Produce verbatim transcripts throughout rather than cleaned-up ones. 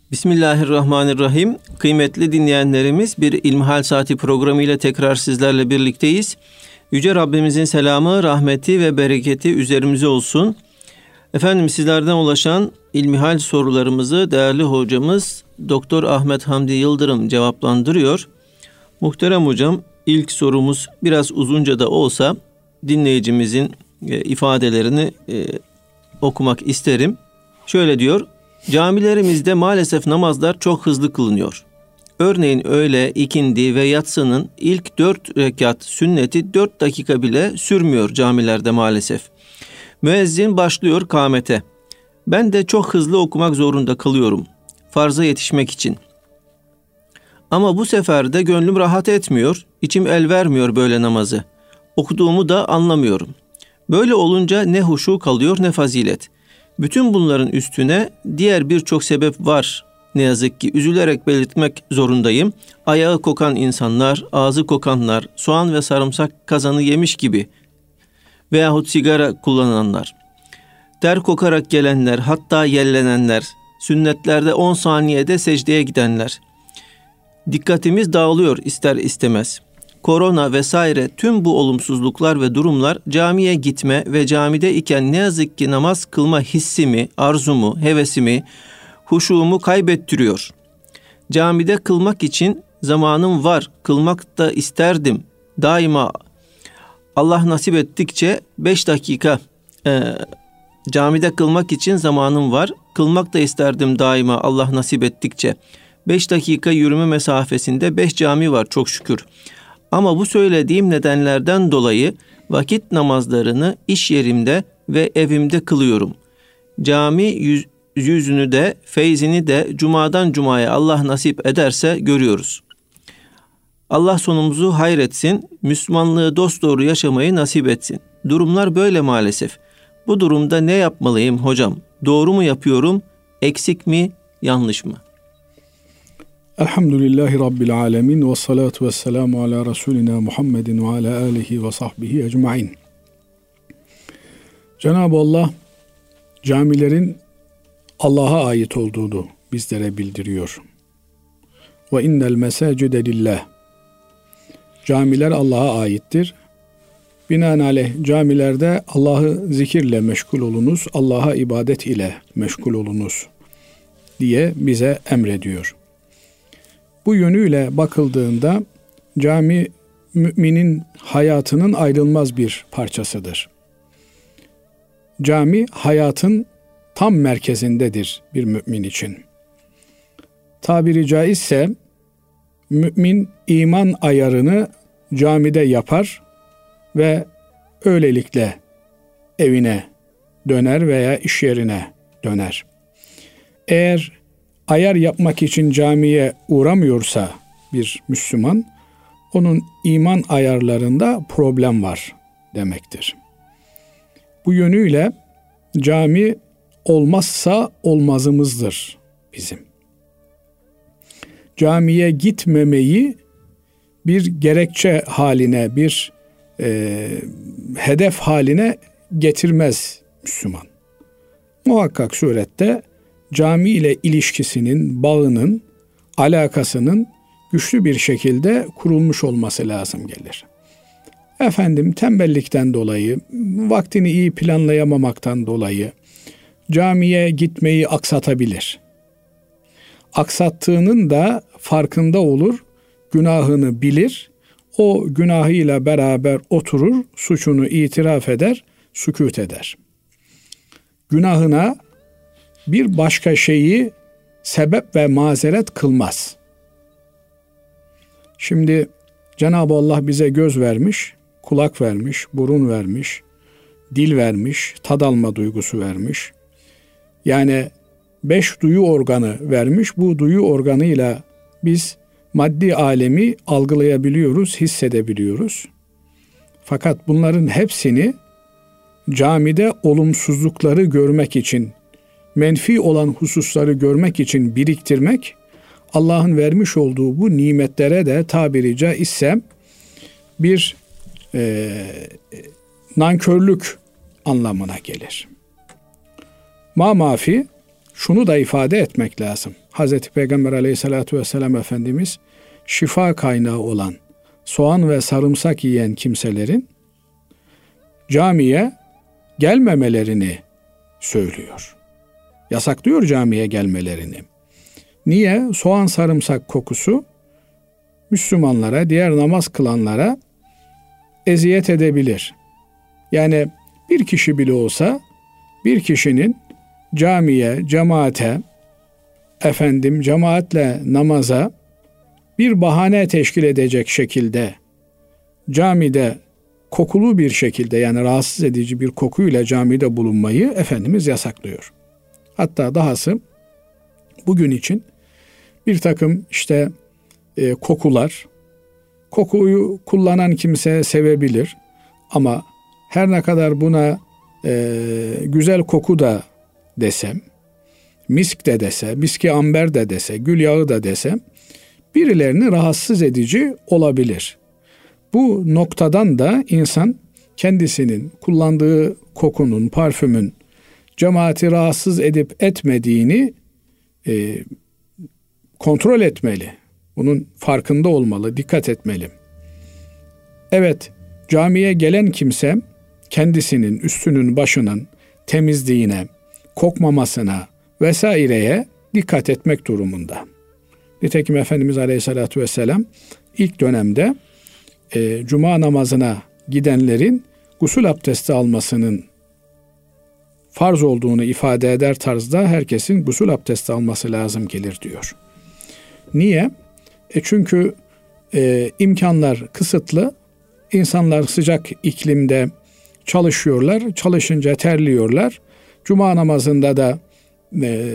Bismillahirrahmanirrahim. Kıymetli dinleyenlerimiz, bir İlmihal Saati programı ile tekrar sizlerle birlikteyiz. Yüce Rabbimizin selamı, rahmeti ve bereketi üzerimize olsun. Efendim, sizlerden ulaşan İlmihal sorularımızı değerli hocamız Doktor Ahmet Hamdi Yıldırım cevaplandırıyor. Muhterem hocam, ilk sorumuz biraz uzunca da olsa dinleyicimizin e, ifadelerini e, okumak isterim. Şöyle diyor: Camilerimizde maalesef namazlar çok hızlı kılınıyor. Örneğin öğle, ikindi ve yatsının ilk dört rekat sünneti dört dakika bile sürmüyor camilerde maalesef. Müezzin başlıyor kâmete. Ben de çok hızlı okumak zorunda kalıyorum farza yetişmek için. Ama bu sefer de gönlüm rahat etmiyor, içim el vermiyor böyle namazı. Okuduğumu da anlamıyorum. Böyle olunca ne huşu kalıyor ne fazilet. Bütün bunların üstüne diğer birçok sebep var. Ne yazık ki üzülerek belirtmek zorundayım. Ayağı kokan insanlar, ağzı kokanlar, soğan ve sarımsak kazanı yemiş gibi veyahut sigara kullananlar, ter kokarak gelenler, hatta yellenenler, sünnetlerde on saniyede secdeye gidenler. Dikkatimiz dağılıyor ister istemez. Korona vesaire tüm bu olumsuzluklar ve durumlar camiye gitme ve camide iken ne yazık ki namaz kılma hissimi, arzumu, hevesimi, huşuğumu kaybettiriyor. Camide kılmak için zamanım var, kılmak da isterdim. Daima Allah nasip ettikçe beş dakika e, camide kılmak için zamanım var, kılmak da isterdim daima Allah nasip ettikçe. beş dakika yürüme mesafesinde beş cami var çok şükür. Ama bu söylediğim nedenlerden dolayı vakit namazlarını iş yerimde ve evimde kılıyorum. Cami yüz, yüzünü de feyzini de cumadan cumaya Allah nasip ederse görüyoruz. Allah sonumuzu hayretsin, Müslümanlığı dosdoğru yaşamayı nasip etsin. Durumlar böyle maalesef. Bu durumda ne yapmalıyım hocam? Doğru mu yapıyorum? Eksik mi? Yanlış mı? Elhamdülillahi Rabbil alemin ve salatu ve selamu ala Resulina Muhammedin ve ala alihi ve sahbihi ecmain. Cenab-ı Allah camilerin Allah'a ait olduğunu bizlere bildiriyor. Ve innel mesacide lillah. Camiler Allah'a aittir. Binaenaleyh camilerde Allah'ı zikirle meşgul olunuz, Allah'a ibadet ile meşgul olunuz diye bize emrediyor. Bu yönüyle bakıldığında cami müminin hayatının ayrılmaz bir parçasıdır. Cami hayatın tam merkezindedir bir mümin için. Tabiri caizse mümin iman ayarını camide yapar ve öylelikle evine döner veya iş yerine döner. Eğer ayar yapmak için camiye uğramıyorsa bir Müslüman, onun iman ayarlarında problem var demektir. Bu yönüyle cami olmazsa olmazımızdır bizim. Camiye gitmemeyi bir gerekçe haline, bir e, hedef haline getirmez Müslüman. Muhakkak surette cami ile ilişkisinin, bağının, alakasının güçlü bir şekilde kurulmuş olması lazım gelir. Efendim tembellikten dolayı, vaktini iyi planlayamamaktan dolayı camiye gitmeyi aksatabilir. Aksattığının da farkında olur, günahını bilir, o günahıyla beraber oturur, suçunu itiraf eder, sükût eder. Günahına bir başka şeyi sebep ve mazeret kılmaz. Şimdi Cenab-ı Allah bize göz vermiş, kulak vermiş, burun vermiş, dil vermiş, tad alma duygusu vermiş. Yani beş duyu organı vermiş. Bu duyu organıyla biz maddi alemi algılayabiliyoruz, hissedebiliyoruz. Fakat bunların hepsini camide olumsuzlukları görmek için, menfi olan hususları görmek için biriktirmek, Allah'ın vermiş olduğu bu nimetlere de tabiri caizse bir e, nankörlük anlamına gelir. Ma mafi, şunu da ifade etmek lazım. Hazreti Peygamber aleyhissalatü vesselam Efendimiz şifa kaynağı olan soğan ve sarımsak yiyen kimselerin camiye gelmemelerini söylüyor. Yasaklıyor camiye gelmelerini. Niye? Soğan sarımsak kokusu Müslümanlara, diğer namaz kılanlara eziyet edebilir. Yani bir kişi bile olsa bir kişinin camiye, cemaate, efendim cemaatle namaza bir bahane teşkil edecek şekilde camide kokulu bir şekilde, yani rahatsız edici bir kokuyla camide bulunmayı Efendimiz yasaklıyor. Hatta dahası bugün için bir takım işte e, kokular, kokuyu kullanan kimse sevebilir ama her ne kadar buna e, güzel koku da desem, misk de dese, miski amber de dese, gül yağı da desem, birilerini rahatsız edici olabilir. Bu noktadan da insan kendisinin kullandığı kokunun, parfümün cemaati rahatsız edip etmediğini e, kontrol etmeli. Bunun farkında olmalı, dikkat etmeli. Evet, camiye gelen kimse kendisinin, üstünün, başının temizliğine, kokmamasına vesaireye dikkat etmek durumunda. Nitekim Efendimiz Aleyhisselatü Vesselam ilk dönemde e, cuma namazına gidenlerin gusül abdesti almasının farz olduğunu ifade eder tarzda herkesin gusül abdesti alması lazım gelir diyor. Niye? E çünkü e, imkanlar kısıtlı, insanlar sıcak iklimde çalışıyorlar, çalışınca terliyorlar. Cuma namazında da e,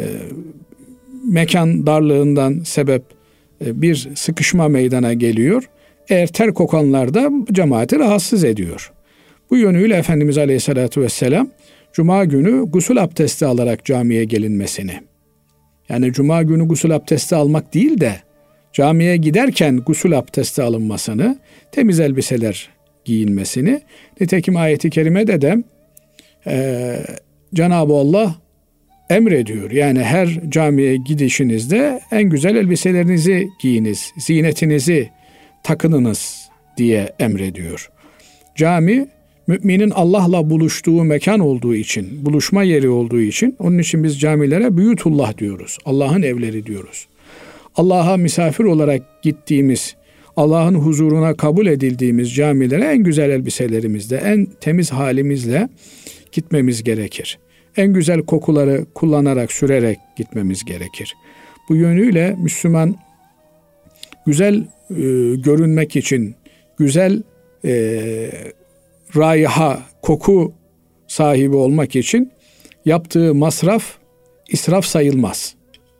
mekan darlığından sebep e, bir sıkışma meydana geliyor. Eğer ter kokanlar da cemaati rahatsız ediyor. Bu yönüyle Efendimiz Aleyhisselatü Vesselam Cuma günü gusül abdesti alarak camiye gelinmesini, yani Cuma günü gusül abdesti almak değil de camiye giderken gusül abdesti alınmasını, temiz elbiseler giyinmesini, nitekim ayeti kerimede de e, Cenab-ı Allah emrediyor. Yani her camiye gidişinizde en güzel elbiselerinizi giyiniz, zinetinizi takınınız diye emrediyor. Cami, müminin Allah'la buluştuğu mekan olduğu için, buluşma yeri olduğu için, onun için biz camilere Büyütullah diyoruz. Allah'ın evleri diyoruz. Allah'a misafir olarak gittiğimiz, Allah'ın huzuruna kabul edildiğimiz camilere en güzel elbiselerimizle, en temiz halimizle gitmemiz gerekir. En güzel kokuları kullanarak, sürerek gitmemiz gerekir. Bu yönüyle Müslüman güzel e, görünmek için, güzel e, raiha, koku sahibi olmak için yaptığı masraf israf sayılmaz.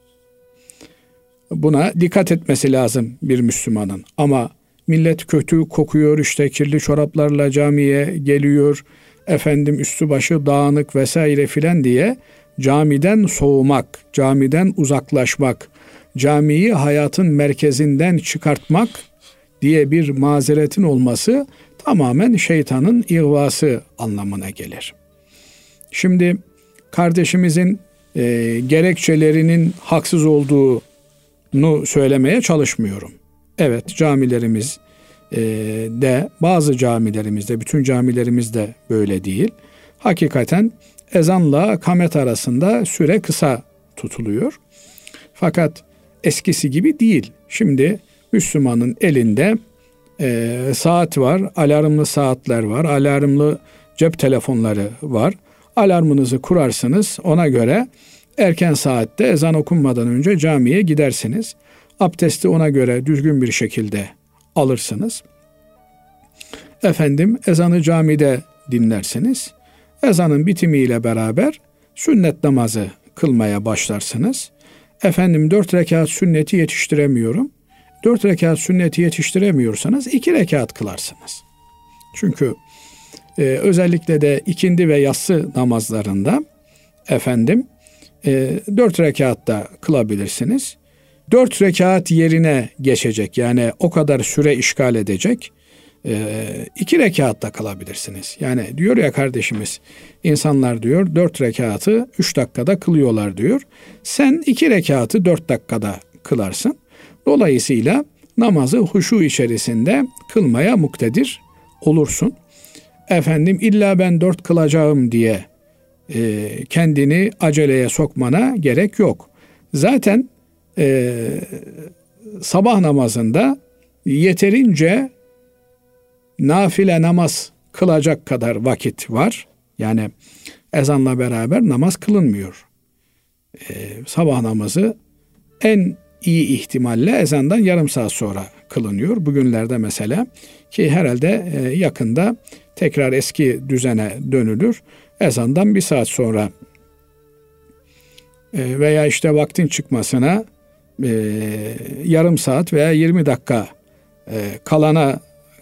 Buna dikkat etmesi lazım bir Müslümanın. Ama millet kötü kokuyor, işte kirli çoraplarla camiye geliyor, efendim üstü başı dağınık vesaire filan diye camiden soğumak, camiden uzaklaşmak, camiyi hayatın merkezinden çıkartmak diye bir mazeretin olması tamamen şeytanın ihvası anlamına gelir. Şimdi kardeşimizin e, gerekçelerinin haksız olduğunu söylemeye çalışmıyorum. Evet, camilerimiz e, de, bazı camilerimizde, bütün camilerimizde böyle değil. Hakikaten ezanla kamet arasında süre kısa tutuluyor. Fakat eskisi gibi değil. Şimdi Müslümanın elinde e, saat var, alarmlı saatler var, alarmlı cep telefonları var. Alarmınızı kurarsınız, ona göre erken saatte ezan okunmadan önce camiye gidersiniz. Abdesti ona göre düzgün bir şekilde alırsınız. Efendim ezanı camide dinlersiniz. Ezanın bitimiyle beraber sünnet namazı kılmaya başlarsınız. Efendim dört rekat sünneti yetiştiremiyorum. Dört rekat sünneti yetiştiremiyorsanız iki rekat kılarsınız. Çünkü e, özellikle de ikindi ve yatsı namazlarında efendim e, dört rekat da kılabilirsiniz. Dört rekat yerine geçecek, yani o kadar süre işgal edecek e, iki rekatta kılabilirsiniz. Yani diyor ya kardeşimiz, insanlar diyor dört rekatı üç dakikada kılıyorlar diyor. Sen iki rekatı dört dakikada kılarsın. Dolayısıyla namazı huşu içerisinde kılmaya muktedir olursun. Efendim illa ben dört kılacağım diye e, kendini aceleye sokmana gerek yok. Zaten e, sabah namazında yeterince nafile namaz kılacak kadar vakit var. Yani ezanla beraber namaz kılınmıyor. Ee, sabah namazı en iyi ihtimalle ezandan yarım saat sonra kılınıyor. Bugünlerde mesela ki herhalde e, yakında tekrar eski düzene dönülür. Ezandan bir saat sonra e, veya işte vaktin çıkmasına e, yarım saat veya yirmi dakika e, kalana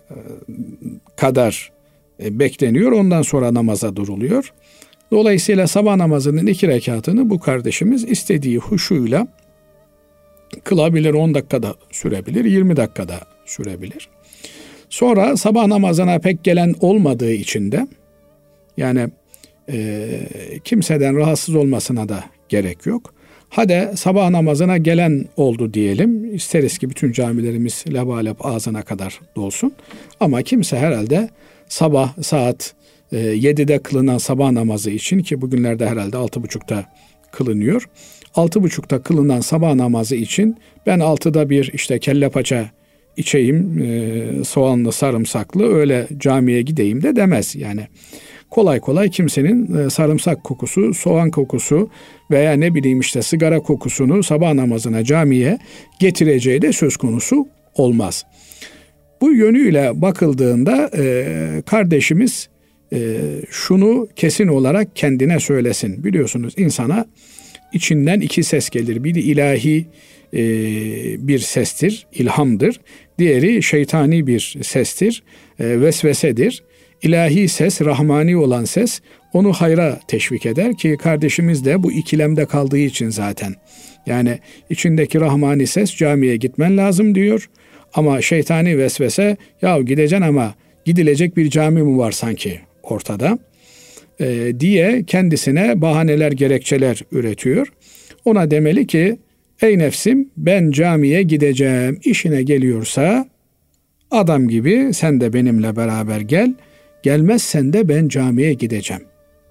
kadar bekleniyor. Ondan sonra namaza duruluyor. Dolayısıyla sabah namazının iki rekatını bu kardeşimiz istediği huşuyla kılabilir. on dakikada sürebilir, yirmi dakikada sürebilir. Sonra sabah namazına pek gelen olmadığı için de yani e, kimseden rahatsız olmasına da gerek yok. Hadi sabah namazına gelen oldu diyelim. İsteriz ki bütün camilerimiz lebalep ağzına kadar dolsun. Ama kimse herhalde sabah saat e, yedide kılınan sabah namazı için, ki bugünlerde herhalde altı buçukta kılınıyor. altı buçukta kılınan sabah namazı için ben altıda bir işte kelle paça içeyim, e, soğanlı sarımsaklı, öyle camiye gideyim de demez. Yani kolay kolay kimsenin sarımsak kokusu, soğan kokusu veya ne bileyim işte sigara kokusunu sabah namazına, camiye getireceği de söz konusu olmaz. Bu yönüyle bakıldığında e, kardeşimiz e, şunu kesin olarak kendine söylesin. Biliyorsunuz insana içinden iki ses gelir. Biri ilahi e, bir sestir, ilhamdır. Diğeri şeytani bir sestir, e, vesvesedir. İlahi ses, rahmani olan ses onu hayra teşvik eder ki kardeşimiz de bu ikilemde kaldığı için zaten. Yani içindeki rahmani ses camiye gitmen lazım diyor. Ama şeytani vesvese ya gideceksin ama gidilecek bir cami mi var sanki ortada e, diye kendisine bahaneler, gerekçeler üretiyor. Ona demeli ki ey nefsim ben camiye gideceğim, işine geliyorsa adam gibi sen de benimle beraber gel. Gelmezsen de ben camiye gideceğim.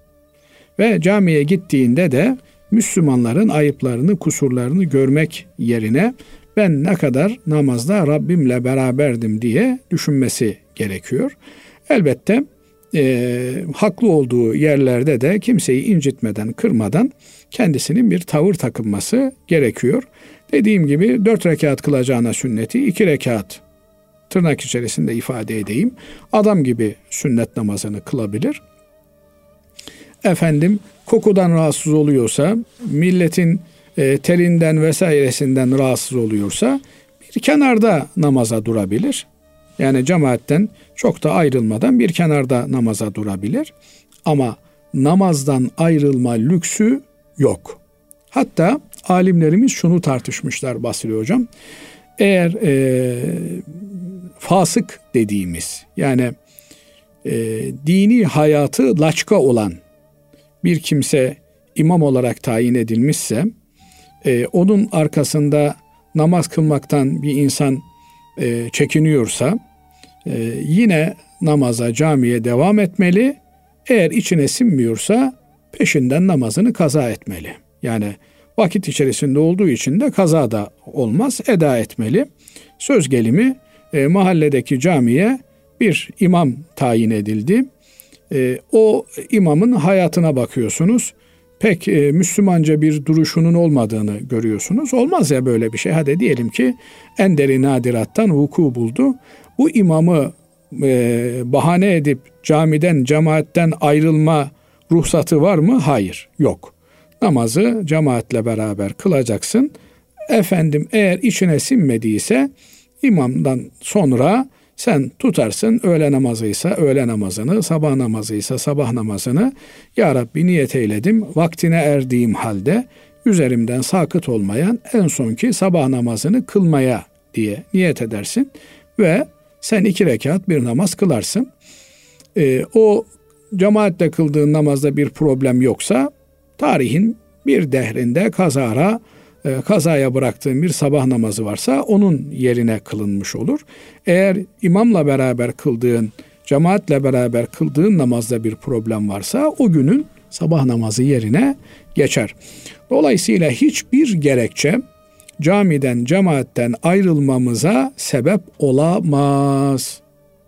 Ve camiye gittiğinde de Müslümanların ayıplarını, kusurlarını görmek yerine ben ne kadar namazda Rabbimle beraberdim diye düşünmesi gerekiyor. Elbette e, haklı olduğu yerlerde de kimseyi incitmeden, kırmadan kendisinin bir tavır takınması gerekiyor. Dediğim gibi dört rekat kılacağına sünneti iki rekat, tırnak içerisinde ifade edeyim, adam gibi sünnet namazını kılabilir. Efendim kokudan rahatsız oluyorsa, milletin e, terinden vesairesinden rahatsız oluyorsa bir kenarda namaza durabilir. Yani cemaatten çok da ayrılmadan bir kenarda namaza durabilir. Ama namazdan ayrılma lüksü yok. Hatta alimlerimiz şunu tartışmışlar Basri Hocam. Eğer e, fasık dediğimiz yani e, dini hayatı laçka olan bir kimse imam olarak tayin edilmişse e, onun arkasında namaz kılmaktan bir insan e, çekiniyorsa e, yine namaza, camiye devam etmeli. Eğer içine sinmiyorsa peşinden namazını kaza etmeli. Yani vakit içerisinde olduğu için de kaza da olmaz, eda etmeli. Söz gelimi e, mahalledeki camiye bir imam tayin edildi. E, o imamın hayatına bakıyorsunuz. Pek e, Müslümanca bir duruşunun olmadığını görüyorsunuz. Olmaz ya böyle bir şey. Hadi diyelim ki enderi nadirattan vuku buldu. Bu imamı e, bahane edip camiden, cemaatten ayrılma ruhsatı var mı? Hayır, yok. Namazı cemaatle beraber kılacaksın. Efendim eğer içine sinmediyse imamdan sonra sen tutarsın öğle namazıysa öğle namazını, sabah namazıysa sabah namazını. Ya Rabbi niyet eyledim, vaktine erdiğim halde üzerimden sakıt olmayan en sonki sabah namazını kılmaya diye niyet edersin. Ve Sen iki rekat bir namaz kılarsın. E, o cemaatle kıldığın namazda bir problem yoksa tarihin bir dehrinde kazara e, kazaya bıraktığın bir sabah namazı varsa onun yerine kılınmış olur. Eğer imamla beraber kıldığın, cemaatle beraber kıldığın namazda bir problem varsa o günün sabah namazı yerine geçer. Dolayısıyla hiçbir gerekçe camiden, cemaatten ayrılmamıza sebep olamaz.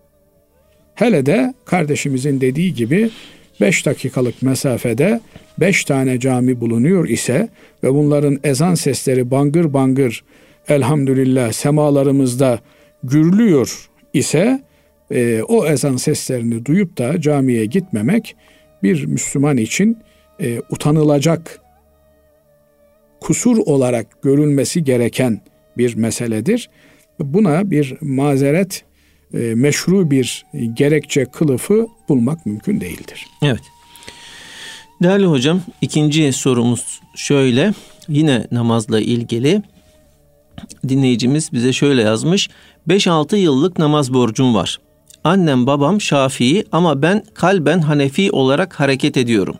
Hele de kardeşimizin dediği gibi beş dakikalık mesafede beş tane cami bulunuyor ise ve bunların ezan sesleri bangır bangır elhamdülillah semalarımızda gürlüyor ise e, o ezan seslerini duyup da camiye gitmemek bir Müslüman için e, utanılacak, kusur olarak görülmesi gereken bir meseledir. Buna bir mazeret, e, meşru bir gerekçe kılıfı bulmak mümkün değildir. Evet. Değerli hocam, ikinci sorumuz şöyle. Yine namazla ilgili. Dinleyicimiz bize şöyle yazmış. beş altı yıllık namaz borcum var. Annem babam Şafii ama ben kalben Hanefi olarak hareket ediyorum.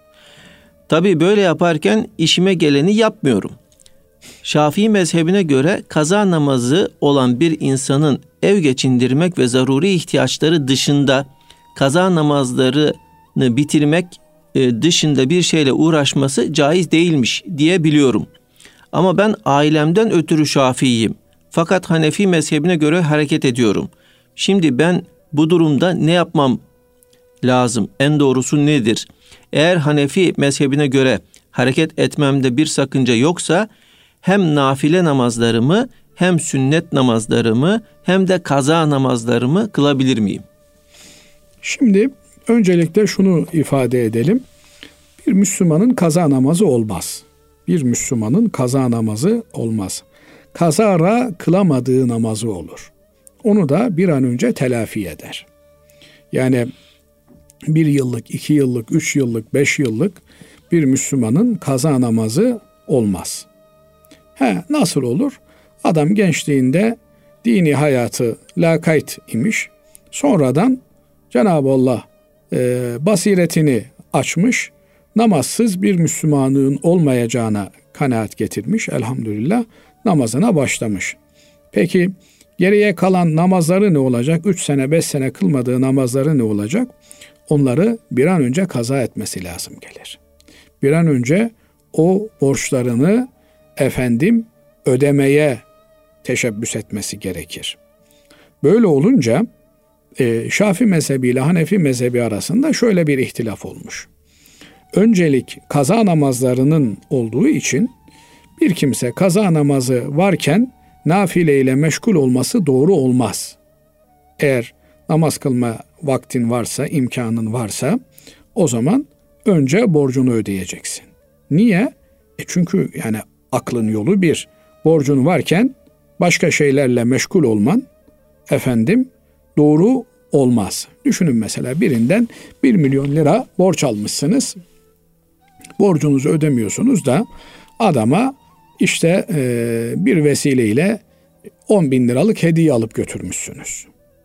Tabii böyle yaparken işime geleni yapmıyorum. Şafii mezhebine göre kaza namazı olan bir insanın ev geçindirmek ve zaruri ihtiyaçları dışında kaza namazlarını bitirmek dışında bir şeyle uğraşması caiz değilmiş diye biliyorum. Ama ben ailemden ötürü Şafiiyim. Fakat Hanefi mezhebine göre hareket ediyorum. Şimdi ben bu durumda ne yapmam lazım? En doğrusu nedir? Eğer Hanefi mezhebine göre hareket etmemde bir sakınca yoksa hem nafile namazlarımı hem sünnet namazlarımı hem de kaza namazlarımı kılabilir miyim? Şimdi öncelikle şunu ifade edelim. Bir Müslümanın kaza namazı olmaz. Bir Müslümanın kaza namazı olmaz. Kazara kılamadığı namazı olur. Onu da bir an önce telafi eder. Yani bir yıllık, iki yıllık, üç yıllık, beş yıllık bir Müslümanın kaza namazı olmaz. He, nasıl olur? Adam gençliğinde dini hayatı lakayt imiş. Sonradan Cenab-ı Allah e, basiretini açmış. Namazsız bir Müslümanlığın olmayacağına kanaat getirmiş. Elhamdülillah namazına başlamış. Peki geriye kalan namazları ne olacak? Üç sene, beş sene kılmadığı namazları ne olacak? Onları bir an önce kaza etmesi lazım gelir. Bir an önce o borçlarını efendim ödemeye teşebbüs etmesi gerekir. Böyle olunca e, Şafii mezhebi ile Hanefi mezhebi arasında şöyle bir ihtilaf olmuş. Öncelik kaza namazlarının olduğu için bir kimse kaza namazı varken nafile ile meşgul olması doğru olmaz. Eğer namaz kılma vaktin varsa, imkanın varsa o zaman önce borcunu ödeyeceksin. Niye? E çünkü yani aklın yolu bir. Borcun varken başka şeylerle meşgul olman efendim doğru olmaz. Düşünün mesela birinden bir milyon lira borç almışsınız. Borcunuzu ödemiyorsunuz da adama işte e, bir vesileyle on bin liralık hediye alıp götürmüşsünüz.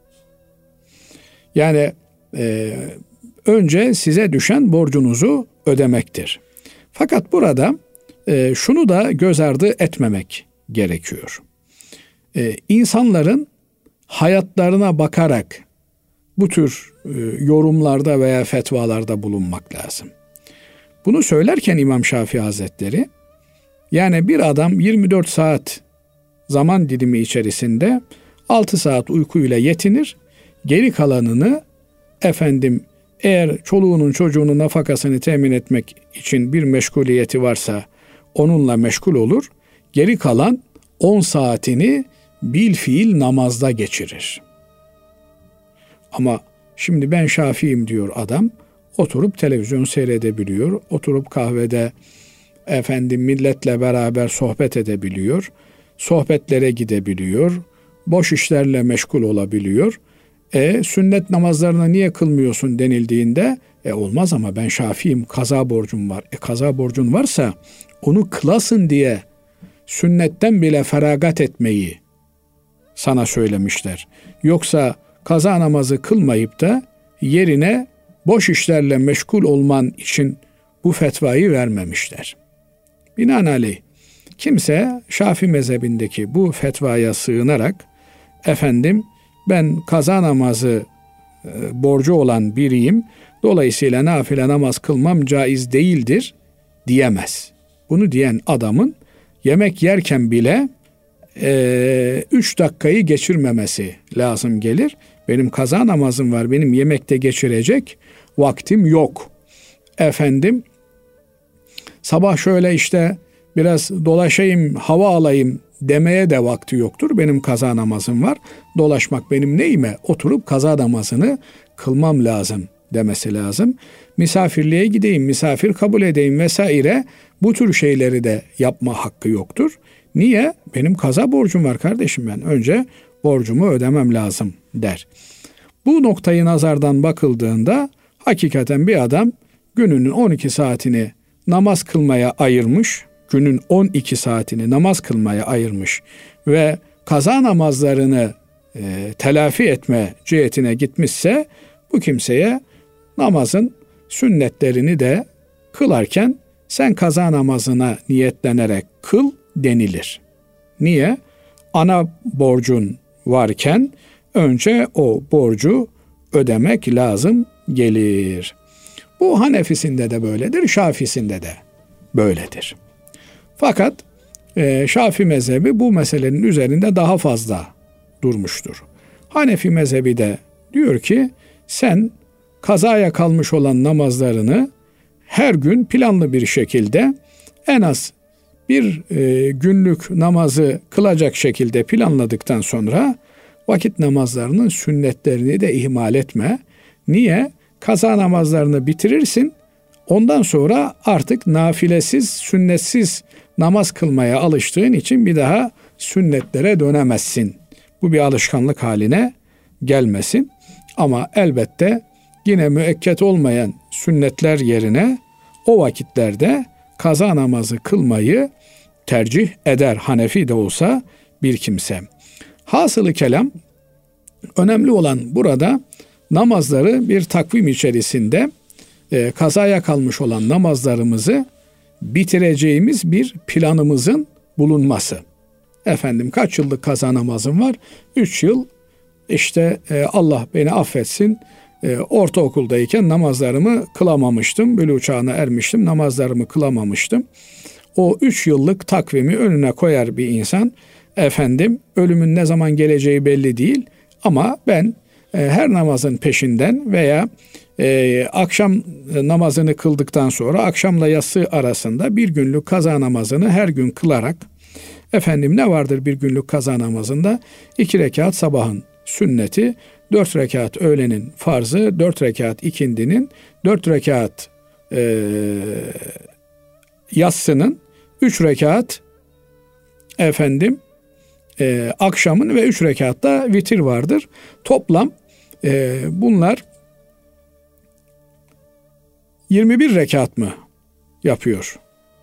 Yani e, önce size düşen borcunuzu ödemektir. Fakat burada e, şunu da göz ardı etmemek gerekiyor. E, insanların hayatlarına bakarak bu tür e, yorumlarda veya fetvalarda bulunmak lazım. Bunu söylerken İmam Şafii Hazretleri, yani bir adam yirmi dört saat zaman dilimi içerisinde altı saat uykuyla yetinir, geri kalanını efendim eğer çoluğunun çocuğunun nafakasını temin etmek için bir meşguliyeti varsa onunla meşgul olur, geri kalan on saatini bil fiil namazda geçirir. Ama şimdi ben Şafiiyim diyor adam, oturup televizyon seyredebiliyor, oturup kahvede efendim milletle beraber sohbet edebiliyor, sohbetlere gidebiliyor, boş işlerle meşgul olabiliyor. E sünnet namazlarını niye kılmıyorsun denildiğinde e olmaz ama ben Şafiiyim, kaza borcum var. E kaza borcun varsa onu kılasın diye sünnetten bile feragat etmeyi sana söylemişler. Yoksa kaza namazı kılmayıp da yerine boş işlerle meşgul olman için bu fetvayı vermemişler. Binaenaleyh kimse Şafii mezhebindeki bu fetvaya sığınarak efendim ben kaza namazı e, borcu olan biriyim, dolayısıyla nafile namaz kılmam caiz değildir diyemez. Bunu diyen adamın yemek yerken bile e, üç dakikayı geçirmemesi lazım gelir. Benim kaza namazım var, benim yemekte geçirecek vaktim yok. Efendim sabah şöyle işte biraz dolaşayım, hava alayım demeye de vakti yoktur. Benim kaza namazım var. Dolaşmak benim neyime? Oturup kaza namazını kılmam lazım demesi lazım. Misafirliğe gideyim, misafir kabul edeyim vesaire, bu tür şeyleri de yapma hakkı yoktur. Niye? Benim kaza borcum var kardeşim, ben önce borcumu ödemem lazım der. Bu noktayı nazardan bakıldığında hakikaten bir adam gününün on iki saatini namaz kılmaya ayırmış, günün on iki saatini namaz kılmaya ayırmış ve kaza namazlarını e, telafi etme cihetine gitmişse bu kimseye namazın sünnetlerini de kılarken sen kaza namazına niyetlenerek kıl denilir. Niye? Ana borcun varken önce o borcu ödemek lazım gelir. Bu Hanefisinde de böyledir, Şafisinde de böyledir. Fakat e, Şafii mezhebi bu meselenin üzerinde daha fazla durmuştur. Hanefi mezhebi de diyor ki sen kazaya kalmış olan namazlarını her gün planlı bir şekilde en az bir e, günlük namazı kılacak şekilde planladıktan sonra vakit namazlarının sünnetlerini de ihmal etme. Niye? Kaza namazlarını bitirirsin. Ondan sonra artık nafilesiz, sünnetsiz namaz kılmaya alıştığın için bir daha sünnetlere dönemezsin. Bu bir alışkanlık haline gelmesin. Ama elbette yine müekket olmayan sünnetler yerine o vakitlerde kaza namazı kılmayı tercih eder Hanefi de olsa bir kimse. Hasılı kelam, önemli olan burada namazları bir takvim içerisinde e, kazaya kalmış olan namazlarımızı bitireceğimiz bir planımızın bulunması. Efendim kaç yıllık kaza namazım var? Üç yıl işte e, Allah beni affetsin. E, ortaokuldayken namazlarımı kılamamıştım. Bülûğ çağına ermiştim. Namazlarımı kılamamıştım. O üç yıllık takvimi önüne koyar bir insan. Efendim ölümün ne zaman geleceği belli değil. Ama ben e, her namazın peşinden veya e, akşam namazını kıldıktan sonra akşamla yatsı arasında bir günlük kaza namazını her gün kılarak, efendim ne vardır bir günlük kaza namazında? İki rekat sabahın sünneti, dört rekat öğlenin farzı, dört rekat ikindinin, dört rekat e, yatsının, üç rekat efendim e, akşamın ve üç rekatta vitir vardır. Toplam e, bunlar yirmi bir rekat mı yapıyor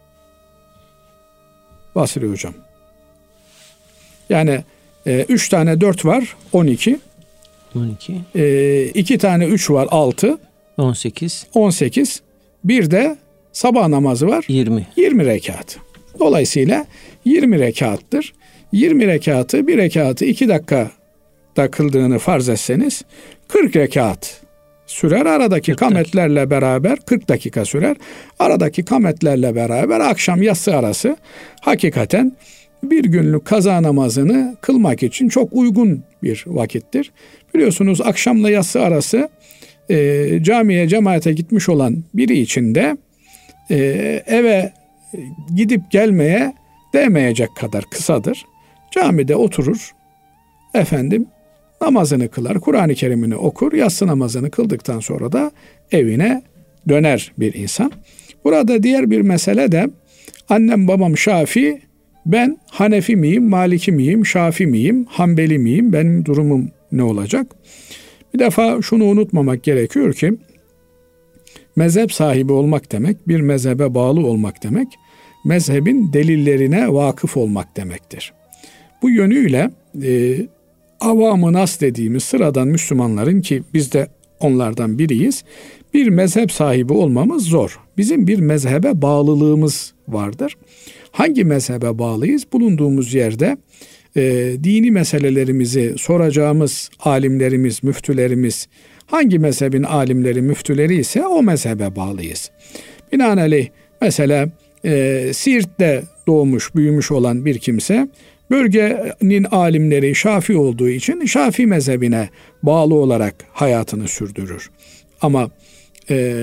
Basri hocam? Yani e, üç tane dört var, on iki. on iki. E, iki tane üç var, altı. on sekiz. on sekiz. Bir de sabah namazı var. yirmi. yirmi rekat. Dolayısıyla yirmi rekattır. yirmi rekatı, bir rekatı iki dakikada kıldığını farz etseniz kırk rekat sürer. Aradaki kametlerle beraber kırk dakika sürer. Aradaki kametlerle beraber akşam yatsı arası hakikaten bir günlük kaza namazını kılmak için çok uygun bir vakittir. Biliyorsunuz akşamla yatsı arası e, camiye, cemaate gitmiş olan biri için de e, eve gidip gelmeye değmeyecek kadar kısadır. Camide oturur, efendim namazını kılar, Kur'an-ı Kerim'ini okur, yatsı namazını kıldıktan sonra da evine döner bir insan. Burada diğer bir mesele de annem babam Şafii, ben Hanefi miyim, Maliki miyim, Şafii miyim, Hanbeli miyim, benim durumum ne olacak? Bir defa şunu unutmamak gerekiyor ki mezhep sahibi olmak demek, bir mezhebe bağlı olmak demek, mezhebin delillerine vakıf olmak demektir. Bu yönüyle e, avam-ı nas dediğimiz sıradan Müslümanların, ki biz de onlardan biriyiz, bir mezhep sahibi olmamız zor. Bizim bir mezhebe bağlılığımız vardır. Hangi mezhebe bağlıyız? Bulunduğumuz yerde e, dini meselelerimizi soracağımız alimlerimiz, müftülerimiz hangi mezhebin alimleri, müftüleri ise o mezhebe bağlıyız. Binaenaleyh mesela e, Siirt'te doğmuş, büyümüş olan bir kimse bölgenin alimleri Şafii olduğu için Şafii mezhebine bağlı olarak hayatını sürdürür. Ama e,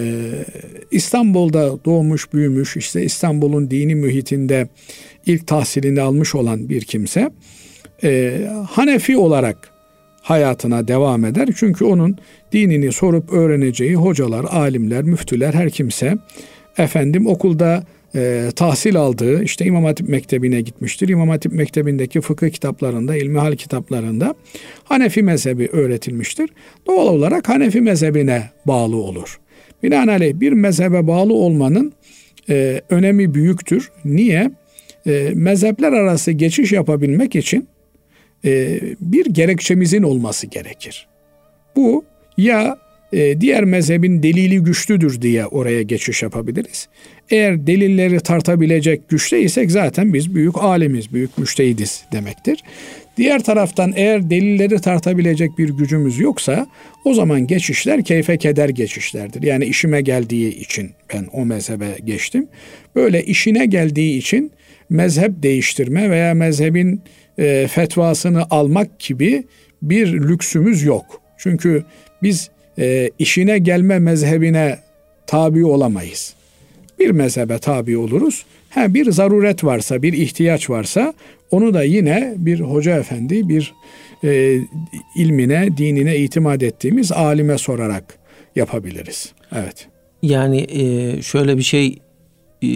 İstanbul'da doğmuş, büyümüş, işte İstanbul'un dini mühitinde ilk tahsilini almış olan bir kimse e, Hanefi olarak hayatına devam eder. Çünkü onun dinini sorup öğreneceği hocalar, alimler, müftüler, her kimse efendim okulda e, tahsil aldığı, işte İmam Hatip Mektebi'ne gitmiştir. İmam Hatip Mektebi'ndeki fıkıh kitaplarında, ilmihal kitaplarında Hanefi mezhebi öğretilmiştir. Doğal olarak Hanefi mezhebine bağlı olur. Binaenaleyh bir mezhebe bağlı olmanın e, önemi büyüktür. Niye? E, mezhepler arası geçiş yapabilmek için e, bir gerekçemizin olması gerekir. Bu ya e, diğer mezhebin delili güçlüdür diye oraya geçiş yapabiliriz. Eğer delilleri tartabilecek güçteysek zaten biz büyük alimiz, büyük müştehidiz demektir. Diğer taraftan eğer delilleri tartabilecek bir gücümüz yoksa o zaman geçişler keyfe keder geçişlerdir. Yani işime geldiği için ben o mezhebe geçtim. Böyle işine geldiği için mezhep değiştirme veya mezhebin e, fetvasını almak gibi bir lüksümüz yok. Çünkü biz e, işine gelme mezhebine tabi olamayız. Bir mezhebe tabi oluruz. Ha, bir zaruret varsa, bir ihtiyaç varsa onu da yine bir hoca efendi, bir e, ilmine, dinine itimat ettiğimiz alime sorarak yapabiliriz. Evet. Yani e, şöyle bir şey, e,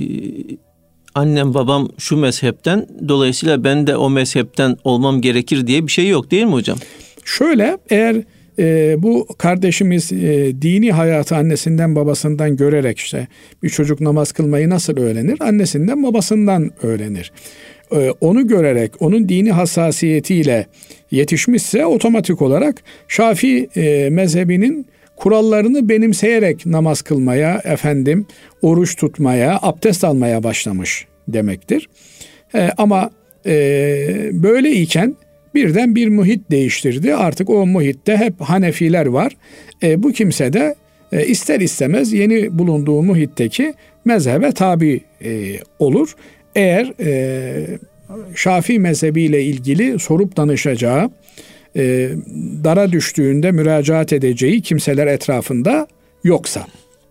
annem babam şu mezhepten, dolayısıyla ben de o mezhepten olmam gerekir diye bir şey yok, değil mi hocam? Şöyle, eğer e, bu kardeşimiz e, dini hayatı annesinden babasından görerek, işte bir çocuk namaz kılmayı nasıl öğrenir? Annesinden babasından öğrenir. E, onu görerek, onun dini hassasiyetiyle yetişmişse otomatik olarak Şafii e, mezhebinin kurallarını benimseyerek namaz kılmaya, efendim oruç tutmaya, abdest almaya başlamış demektir. E, ama e, böyleyken birden bir muhit değiştirdi. Artık o muhitte hep Hanefiler var. E, bu kimse de e, ister istemez yeni bulunduğu muhitteki mezhebe tabi e, olur. Eğer e, Şafii mezhebiyle ilgili sorup danışacağı, e, dara düştüğünde müracaat edeceği kimseler etrafında yoksa.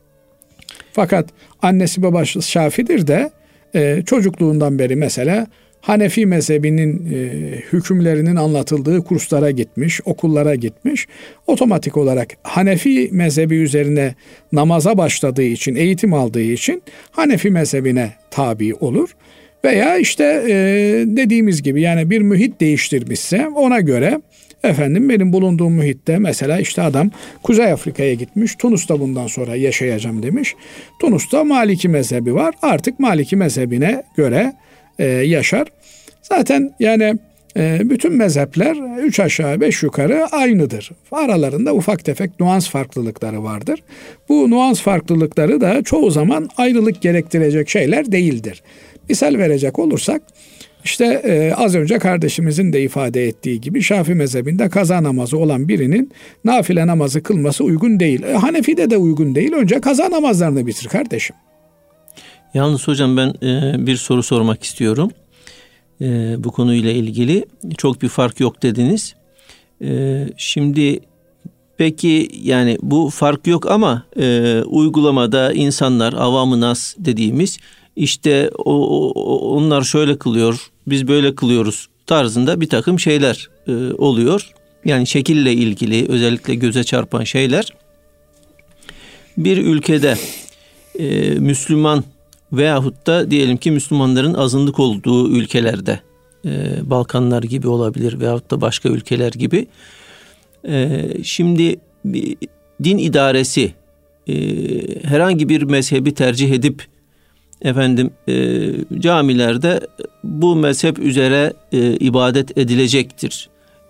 Fakat annesi babası Şafi'dir de e, çocukluğundan beri mesela Hanefi mezhebinin e, hükümlerinin anlatıldığı kurslara gitmiş, okullara gitmiş. Otomatik olarak Hanefi mezhebi üzerine namaza başladığı için, eğitim aldığı için Hanefi mezhebine tabi olur. Veya işte e, dediğimiz gibi, yani bir mühit değiştirmişse ona göre, efendim benim bulunduğum mühitte mesela işte adam Kuzey Afrika'ya gitmiş, Tunus'ta bundan sonra yaşayacağım demiş. Tunus'ta Maliki mezhebi var, artık Maliki mezhebine göre e, yaşar. Zaten yani e, bütün mezhepler üç aşağı beş yukarı aynıdır. Aralarında ufak tefek nüans farklılıkları vardır. Bu nüans farklılıkları da çoğu zaman ayrılık gerektirecek şeyler değildir. Misal verecek olursak, işte e, az önce kardeşimizin de ifade ettiği gibi Şafii mezhebinde kaza namazı olan birinin nafile namazı kılması uygun değil. E, Hanefi'de de uygun değil. Önce kaza namazlarını bitir kardeşim. Yalnız hocam ben e, bir soru sormak istiyorum. E, bu konuyla ilgili çok bir fark yok dediniz. E, şimdi peki yani bu fark yok ama e, uygulamada insanlar, avam-ı nas dediğimiz, İşte o, o, onlar şöyle kılıyor, biz böyle kılıyoruz tarzında bir takım şeyler e, oluyor. Yani şekille ilgili özellikle göze çarpan şeyler. Bir ülkede e, Müslüman veyahut da diyelim ki Müslümanların azınlık olduğu ülkelerde, e, Balkanlar gibi olabilir veyahut da başka ülkeler gibi. E, şimdi din idaresi e, herhangi bir mezhebi tercih edip Efendim e, camilerde bu mezhep üzere e, ibadet edilecektir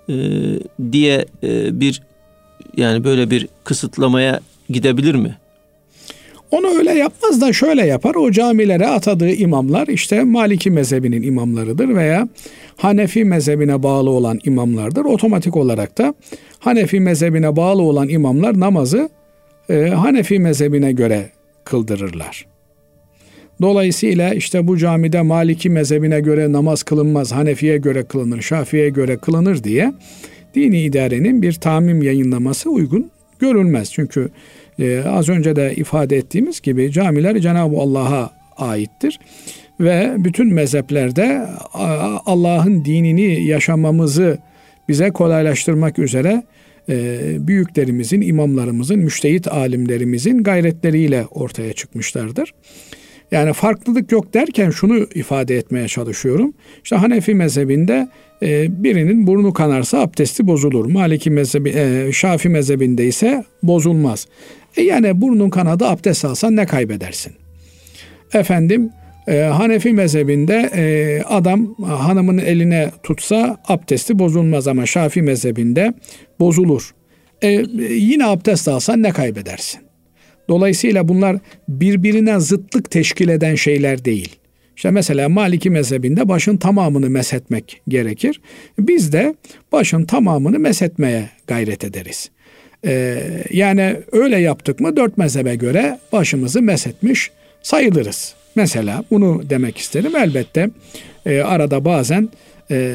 e, diye e, bir yani böyle bir kısıtlamaya gidebilir mi? Onu öyle yapmaz da şöyle yapar. O camilere atadığı imamlar işte Maliki mezhebinin imamlarıdır veya Hanefi mezhebine bağlı olan imamlardır. Otomatik olarak da Hanefi mezhebine bağlı olan imamlar namazı e, Hanefi mezhebine göre kıldırırlar. Dolayısıyla işte bu camide Maliki mezhebine göre namaz kılınmaz, Hanefi'ye göre kılınır, Şafii'ye göre kılınır diye dini idarenin bir tamim yayınlaması uygun görülmez. Çünkü e, az önce de ifade ettiğimiz gibi camiler Cenab-ı Allah'a aittir. Ve bütün mezheplerde Allah'ın dinini yaşamamızı bize kolaylaştırmak üzere e, büyüklerimizin, imamlarımızın, müştehit alimlerimizin gayretleriyle ortaya çıkmışlardır. Yani farklılık yok derken şunu ifade etmeye çalışıyorum. İşte Hanefi mezhebinde e, birinin burnu kanarsa abdesti bozulur. Maliki mezhebi, e, Şafii mezhebinde ise bozulmaz. E yani burnun kanadı abdest alsan ne kaybedersin? Efendim e, Hanefi mezhebinde e, adam hanımın eline tutsa abdesti bozulmaz ama Şafii mezhebinde bozulur. E, yine abdest alsan ne kaybedersin? Dolayısıyla bunlar birbirine zıtlık teşkil eden şeyler değil. İşte mesela Maliki mezhebinde başın tamamını meshetmek gerekir. Biz de başın tamamını meshetmeye gayret ederiz. Ee, yani öyle yaptık mı dört mezhebe göre başımızı meshetmiş sayılırız. Mesela bunu demek isterim. Elbette e, arada bazen e,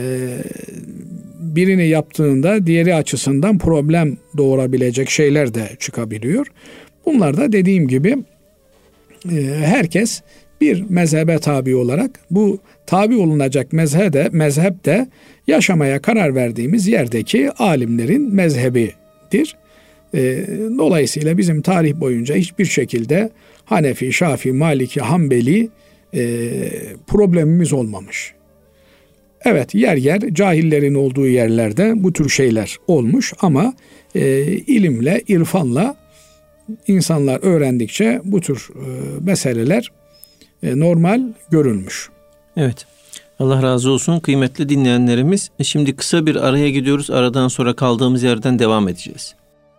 birini yaptığında diğeri açısından problem doğurabilecek şeyler de çıkabiliyor. Bunlar da dediğim gibi herkes bir mezhebe tabi olarak bu tabi olunacak mezhebe, mezhep de yaşamaya karar verdiğimiz yerdeki alimlerin mezhebidir. Dolayısıyla bizim tarih boyunca hiçbir şekilde Hanefi, Şafii, Maliki, Hanbeli problemimiz olmamış. Evet, yer yer cahillerin olduğu yerlerde bu tür şeyler olmuş ama ilimle, irfanla İnsanlar öğrendikçe bu tür e, meseleler e, normal görülmüş. Evet. Allah razı olsun kıymetli dinleyenlerimiz. Şimdi kısa bir araya gidiyoruz. Aradan sonra kaldığımız yerden devam edeceğiz.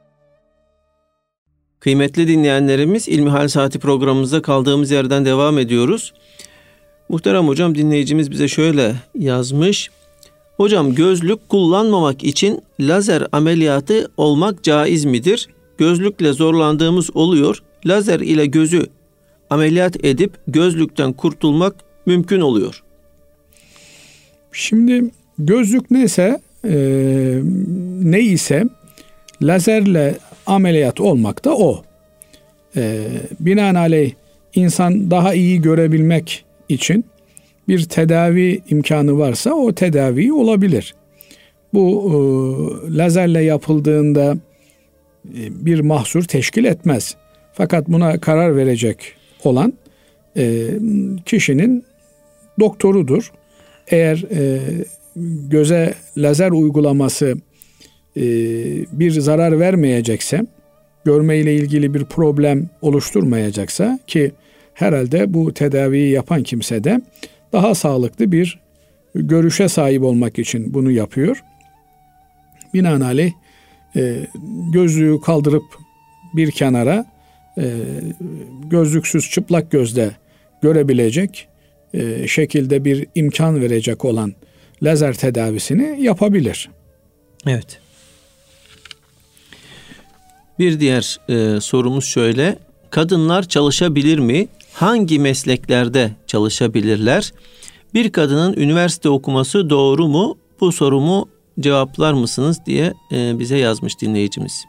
Kıymetli dinleyenlerimiz İlmihal Saati programımızda kaldığımız yerden devam ediyoruz. Muhterem hocam dinleyicimiz bize şöyle yazmış. Hocam gözlük kullanmamak için lazer ameliyatı olmak caiz midir? Gözlükle zorlandığımız oluyor. Lazer ile gözü ameliyat edip gözlükten kurtulmak mümkün oluyor. Şimdi gözlük neyse e, ne ise lazerle ameliyat olmak da o. E, binaenaleyh insan daha iyi görebilmek için bir tedavi imkanı varsa o tedavi olabilir. Bu e, lazerle yapıldığında bir mahsur teşkil etmez. Fakat buna karar verecek olan e, kişinin doktorudur. Eğer e, göze lazer uygulaması e, bir zarar vermeyecekse, görmeyle ilgili bir problem oluşturmayacaksa ki herhalde bu tedaviyi yapan kimse de daha sağlıklı bir görüşe sahip olmak için bunu yapıyor. Binaenaleyh E, gözlüğü kaldırıp bir kenara e, gözlüksüz çıplak gözle görebilecek e, şekilde bir imkan verecek olan lazer tedavisini yapabilir. Evet. Bir diğer e, sorumuz şöyle. Kadınlar çalışabilir mi? Hangi mesleklerde çalışabilirler? Bir kadının üniversite okuması doğru mu? Bu sorumu cevaplar mısınız diye e, bize yazmış dinleyicimiz.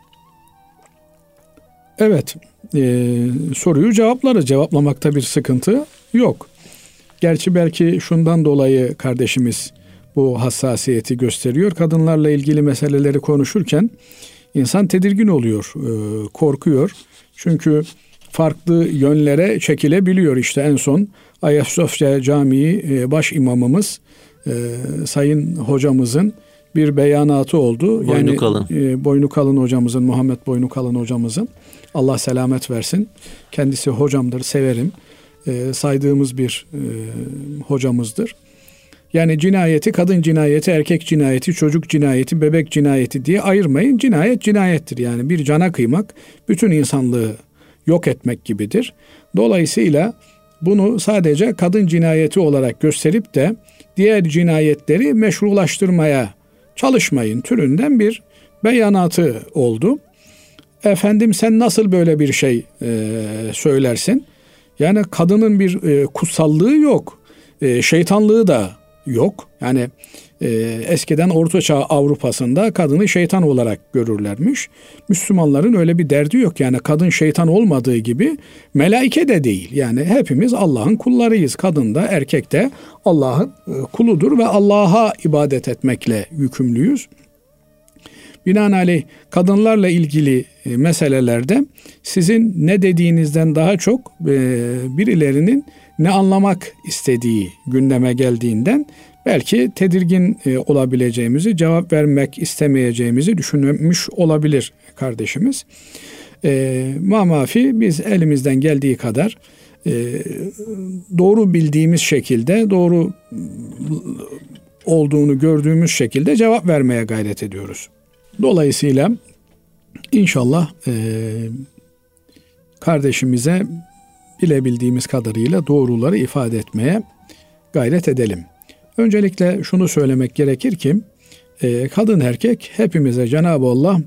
Evet, e, soruyu cevaplarız. Cevaplamakta bir sıkıntı yok. Gerçi belki şundan dolayı kardeşimiz bu hassasiyeti gösteriyor. Kadınlarla ilgili meseleleri konuşurken insan tedirgin oluyor, e, korkuyor. Çünkü farklı yönlere çekilebiliyor. İşte en son Ayasofya Camii e, baş imamımız e, Sayın hocamızın bir beyanatı oldu. Boynu yani kalın. E, Boynu Kalın hocamızın, Muhammed Boynu Kalın hocamızın, Allah selamet versin. Kendisi hocamdır, severim. E, saydığımız bir e, hocamızdır. Yani cinayeti kadın cinayeti, erkek cinayeti, çocuk cinayeti, bebek cinayeti diye ayırmayın. Cinayet cinayettir. Yani bir cana kıymak bütün insanlığı yok etmek gibidir. Dolayısıyla bunu sadece kadın cinayeti olarak gösterip de diğer cinayetleri meşrulaştırmaya çalışmayın türünden bir beyanatı oldu. Efendim sen nasıl böyle bir şey e, söylersin? Yani kadının bir e, kutsallığı yok. E, şeytanlığı da yok. Yani e, eskiden Ortaçağ Avrupa'sında kadını şeytan olarak görürlermiş. Müslümanların öyle bir derdi yok. Yani kadın şeytan olmadığı gibi melaike de değil. Yani hepimiz Allah'ın kullarıyız. Kadın da erkek de Allah'ın e, kuludur ve Allah'a ibadet etmekle yükümlüyüz. Binaenaleyh kadınlarla ilgili e, meselelerde sizin ne dediğinizden daha çok e, birilerinin ne anlamak istediği gündeme geldiğinden belki tedirgin e, olabileceğimizi, cevap vermek istemeyeceğimizi düşünmüş olabilir kardeşimiz. E, mamafi biz elimizden geldiği kadar e, doğru bildiğimiz şekilde, doğru olduğunu gördüğümüz şekilde cevap vermeye gayret ediyoruz. Dolayısıyla inşallah e, kardeşimize bilebildiğimiz kadarıyla doğruları ifade etmeye gayret edelim. Öncelikle şunu söylemek gerekir ki e, kadın erkek hepimize Cenab-ı Allah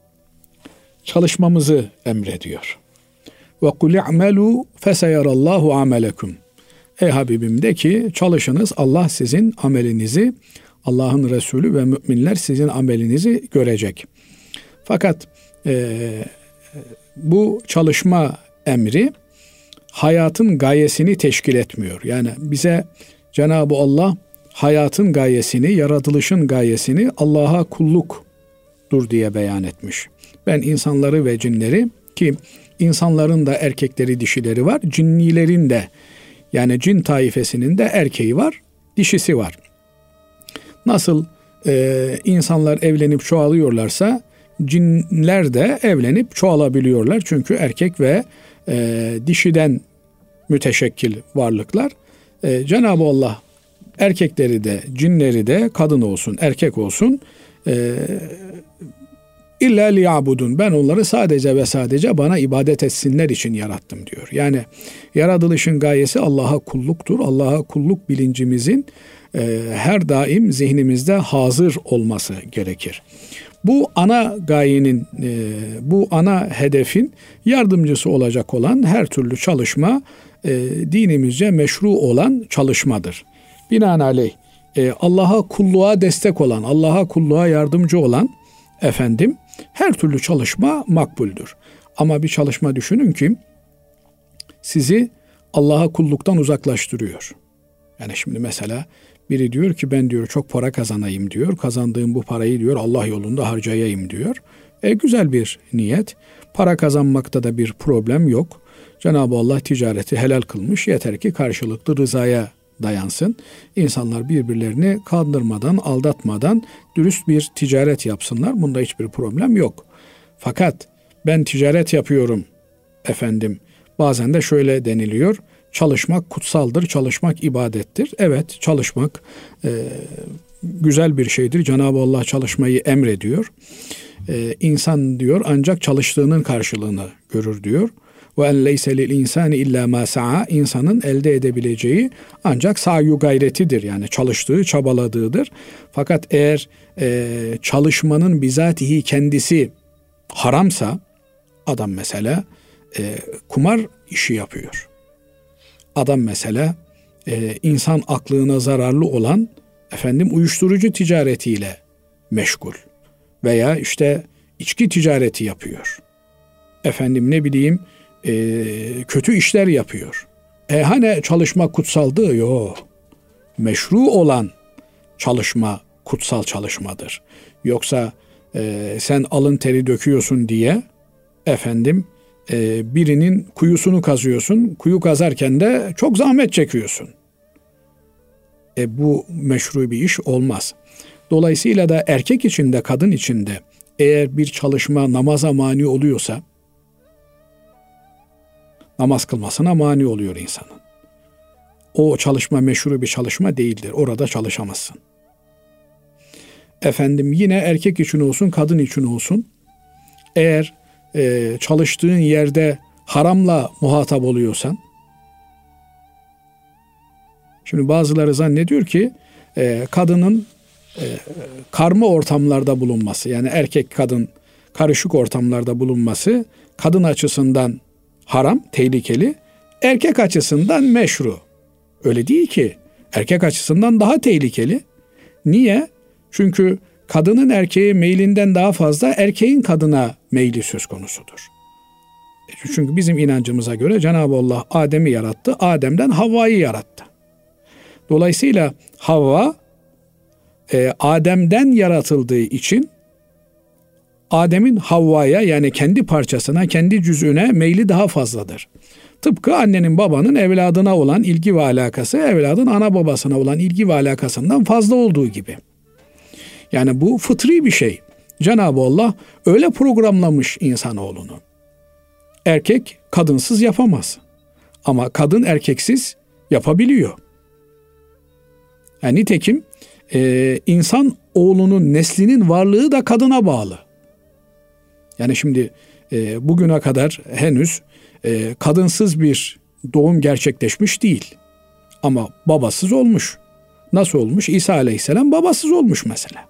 çalışmamızı emrediyor. Ve kul i'melû feseyarallahu amelekum. Ey Habibim de ki çalışınız, Allah sizin amelinizi, Allah'ın Resulü ve müminler sizin amelinizi görecek. Fakat e, bu çalışma emri hayatın gayesini teşkil etmiyor. Yani bize Cenab-ı Allah hayatın gayesini, yaratılışın gayesini Allah'a kulluktur diye beyan etmiş. Ben insanları ve cinleri, ki insanların da erkekleri dişileri var, cinnilerin de, yani cin taifesinin de erkeği var, dişisi var. Nasıl e, insanlar evlenip çoğalıyorlarsa cinler de evlenip çoğalabiliyorlar. Çünkü erkek ve e, dişiden müteşekkil varlıklar. E, Cenab-ı Allah erkekleri de cinleri de kadın olsun erkek olsun e, İlla liyabudun, ben onları sadece ve sadece bana ibadet etsinler için yarattım diyor. Yani yaratılışın gayesi Allah'a kulluktur. Allah'a kulluk bilincimizin e, her daim zihnimizde hazır olması gerekir. Bu ana gayenin, e, bu ana hedefin yardımcısı olacak olan her türlü çalışma e, dinimizce meşru olan çalışmadır. Binaenaleyh e, Allah'a kulluğa destek olan, Allah'a kulluğa yardımcı olan efendim her türlü çalışma makbuldür. Ama bir çalışma düşünün ki sizi Allah'a kulluktan uzaklaştırıyor. Yani şimdi mesela biri diyor ki ben diyor çok para kazanayım diyor. Kazandığım bu parayı diyor Allah yolunda harcayayım diyor. E güzel bir niyet. Para kazanmakta da bir problem yok. Cenab-ı Allah ticareti helal kılmış. Yeter ki karşılıklı rızaya dayansın. İnsanlar birbirlerini kandırmadan, aldatmadan dürüst bir ticaret yapsınlar. Bunda hiçbir problem yok. Fakat ben ticaret yapıyorum efendim. Bazen de şöyle deniliyor. Çalışmak kutsaldır, çalışmak ibadettir. Evet, çalışmak e, güzel bir şeydir. Cenab-ı Allah çalışmayı emrediyor. E, insan diyor ancak çalıştığının karşılığını görür diyor. Ve en leyse lil insani illa ma sa'a, insanın elde edebileceği ancak sa'yu gayretidir. Yani çalıştığı, çabaladığıdır. Fakat eğer e, çalışmanın bizatihi kendisi haramsa, adam mesela e, kumar işi yapıyor. Adam mesela e, insan aklına zararlı olan efendim uyuşturucu ticaretiyle meşgul veya işte içki ticareti yapıyor. Efendim ne bileyim e, kötü işler yapıyor. E hani çalışma kutsaldı? Yok. Meşru olan çalışma kutsal çalışmadır. Yoksa e, sen alın teri döküyorsun diye efendim e, birinin kuyusunu kazıyorsun. Kuyu kazarken de çok zahmet çekiyorsun. E bu meşru bir iş olmaz. Dolayısıyla da erkek için de kadın için de eğer bir çalışma namaza mani oluyorsa, namaz kılmasına mani oluyor insanın. o çalışma meşru bir çalışma değildir. Orada çalışamazsın. Efendim yine erkek için olsun, kadın için olsun. Eğer e, çalıştığın yerde haramla muhatap oluyorsan, şimdi bazıları zannediyor ki e, kadının e, karma ortamlarda bulunması, yani erkek kadın karışık ortamlarda bulunması kadın açısından haram, tehlikeli, erkek açısından meşru. Öyle değil ki. Erkek açısından daha tehlikeli. Niye? Çünkü kadının erkeğe meylinden daha fazla erkeğin kadına meyli söz konusudur. Çünkü bizim inancımıza göre Cenab-ı Allah Adem'i yarattı, Adem'den Havva'yı yarattı. Dolayısıyla Havva e, Adem'den yaratıldığı için Adem'in Havva'ya, yani kendi parçasına, kendi cüz'üne meyli daha fazladır. Tıpkı annenin babanın evladına olan ilgi ve alakası, evladın ana babasına olan ilgi ve alakasından fazla olduğu gibi. Yani bu fıtri bir şey. Cenab-ı Allah öyle programlamış insanoğlunu. Erkek kadınsız yapamaz. Ama kadın erkeksiz yapabiliyor. Yani nitekim e, insan oğlunun neslinin varlığı da kadına bağlı. Yani şimdi e, bugüne kadar henüz e, kadınsız bir doğum gerçekleşmiş değil. Ama babasız olmuş. Nasıl olmuş? İsa Aleyhisselam babasız olmuş mesela.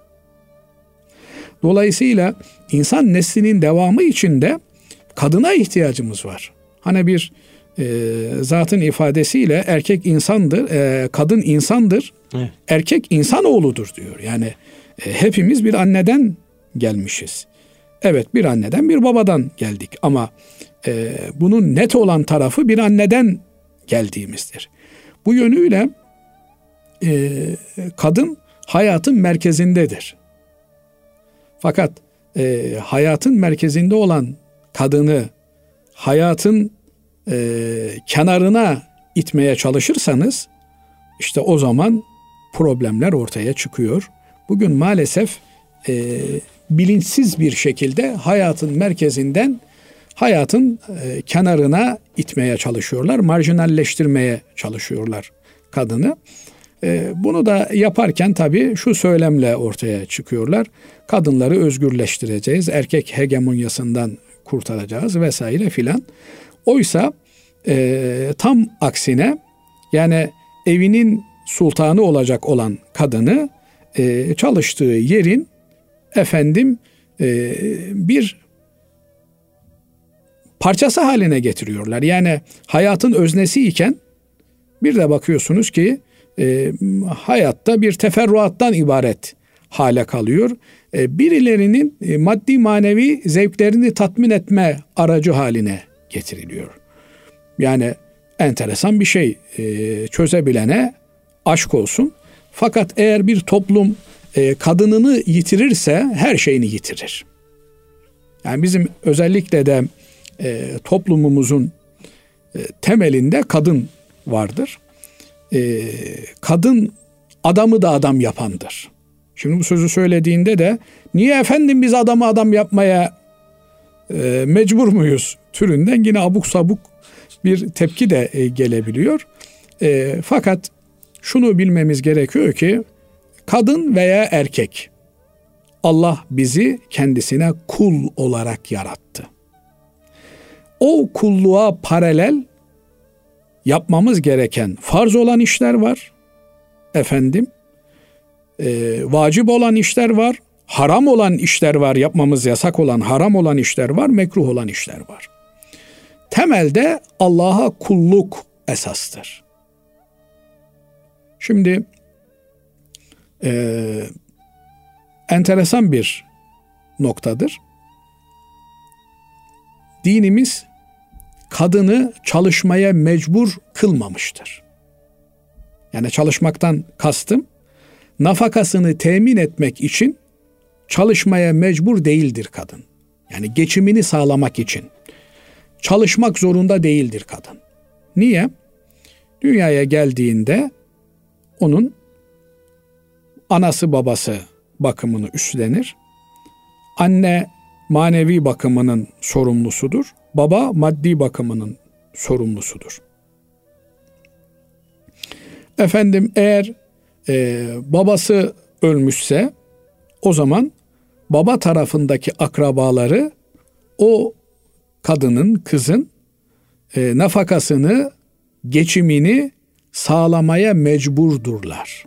Dolayısıyla insan neslinin devamı için de kadına ihtiyacımız var. Hani bir e, zatın ifadesiyle erkek insandır, e, kadın insandır, evet. Erkek insanoğludur diyor. Yani e, hepimiz bir anneden gelmişiz. Evet, bir anneden bir babadan geldik ama e, bunun net olan tarafı bir anneden geldiğimizdir. Bu yönüyle e, kadın hayatın merkezindedir. Fakat e, hayatın merkezinde olan kadını hayatın e, kenarına itmeye çalışırsanız işte o zaman problemler ortaya çıkıyor. Bugün maalesef e, bilinçsiz bir şekilde hayatın merkezinden hayatın e, kenarına itmeye çalışıyorlar, marjinalleştirmeye çalışıyorlar kadını. E, bunu da yaparken tabii şu söylemle ortaya çıkıyorlar. Kadınları özgürleştireceğiz, erkek hegemonyasından kurtaracağız vesaire filan. Oysa e, tam aksine, yani evinin sultanı olacak olan kadını e, çalıştığı yerin efendim e, bir parçası haline getiriyorlar. Yani hayatın öznesi iken bir de bakıyorsunuz ki e, hayatta bir teferruattan ibaret hale kalıyor. E, birilerinin e, maddi manevi zevklerini tatmin etme aracı haline getiriliyor. Yani enteresan bir şey, e, çözebilene aşk olsun. Fakat eğer bir toplum e, kadınını yitirirse her şeyini yitirir. Yani bizim özellikle de e, toplumumuzun e, temelinde kadın vardır. E, kadın adamı da adam yapandır. Şimdi bu sözü söylediğinde de niye efendim biz adamı adam yapmaya e, mecbur muyuz türünden yine abuk sabuk bir tepki de e, gelebiliyor. E, fakat şunu bilmemiz gerekiyor ki kadın veya erkek Allah bizi kendisine kul olarak yarattı. O kulluğa paralel yapmamız gereken farz olan işler var. Efendim, e, vacip olan işler var. Haram olan işler var. Yapmamız yasak olan, haram olan işler var. Mekruh olan işler var. Temelde Allah'a kulluk esastır. Şimdi e, enteresan bir noktadır. Dinimiz kadını çalışmaya mecbur kılmamıştır. Yani çalışmaktan kastım, nafakasını temin etmek için çalışmaya mecbur değildir kadın. Yani geçimini sağlamak için çalışmak zorunda değildir kadın. Niye? Dünyaya geldiğinde onun anası babası bakımını üstlenir. Anne manevi bakımının sorumlusudur. Baba maddi bakımının sorumlusudur. Efendim eğer e, babası ölmüşse o zaman baba tarafındaki akrabaları o kadının, kızın e, nafakasını, geçimini sağlamaya mecburdurlar.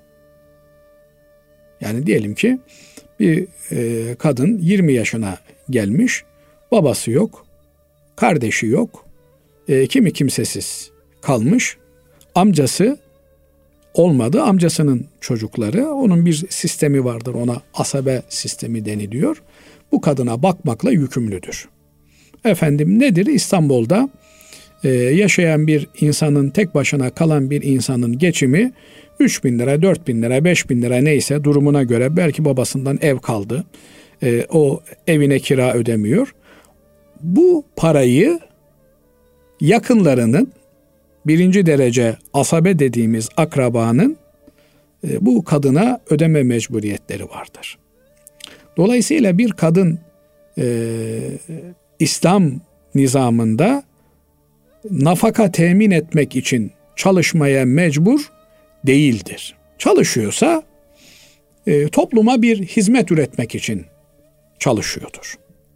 Yani diyelim ki bir e, kadın yirmi yaşına gelmiş, babası yok, kardeşi yok, e, kimi kimsesiz kalmış, amcası olmadı, amcasının çocukları, onun bir sistemi vardır, ona asabe sistemi deniliyor. Bu kadına bakmakla yükümlüdür. Efendim nedir? İstanbul'da e, yaşayan bir insanın, tek başına kalan bir insanın geçimi üç bin lira, dört bin lira, beş bin lira neyse durumuna göre, belki babasından ev kaldı. E, o evine kira ödemiyor. Bu parayı yakınlarının, birinci derece asabe dediğimiz akrabanın e, bu kadına ödeme mecburiyetleri vardır. Dolayısıyla bir kadın e, İslam nizamında nafaka temin etmek için çalışmaya mecbur değildir. Çalışıyorsa e, topluma bir hizmet üretmek için çalışıyordur.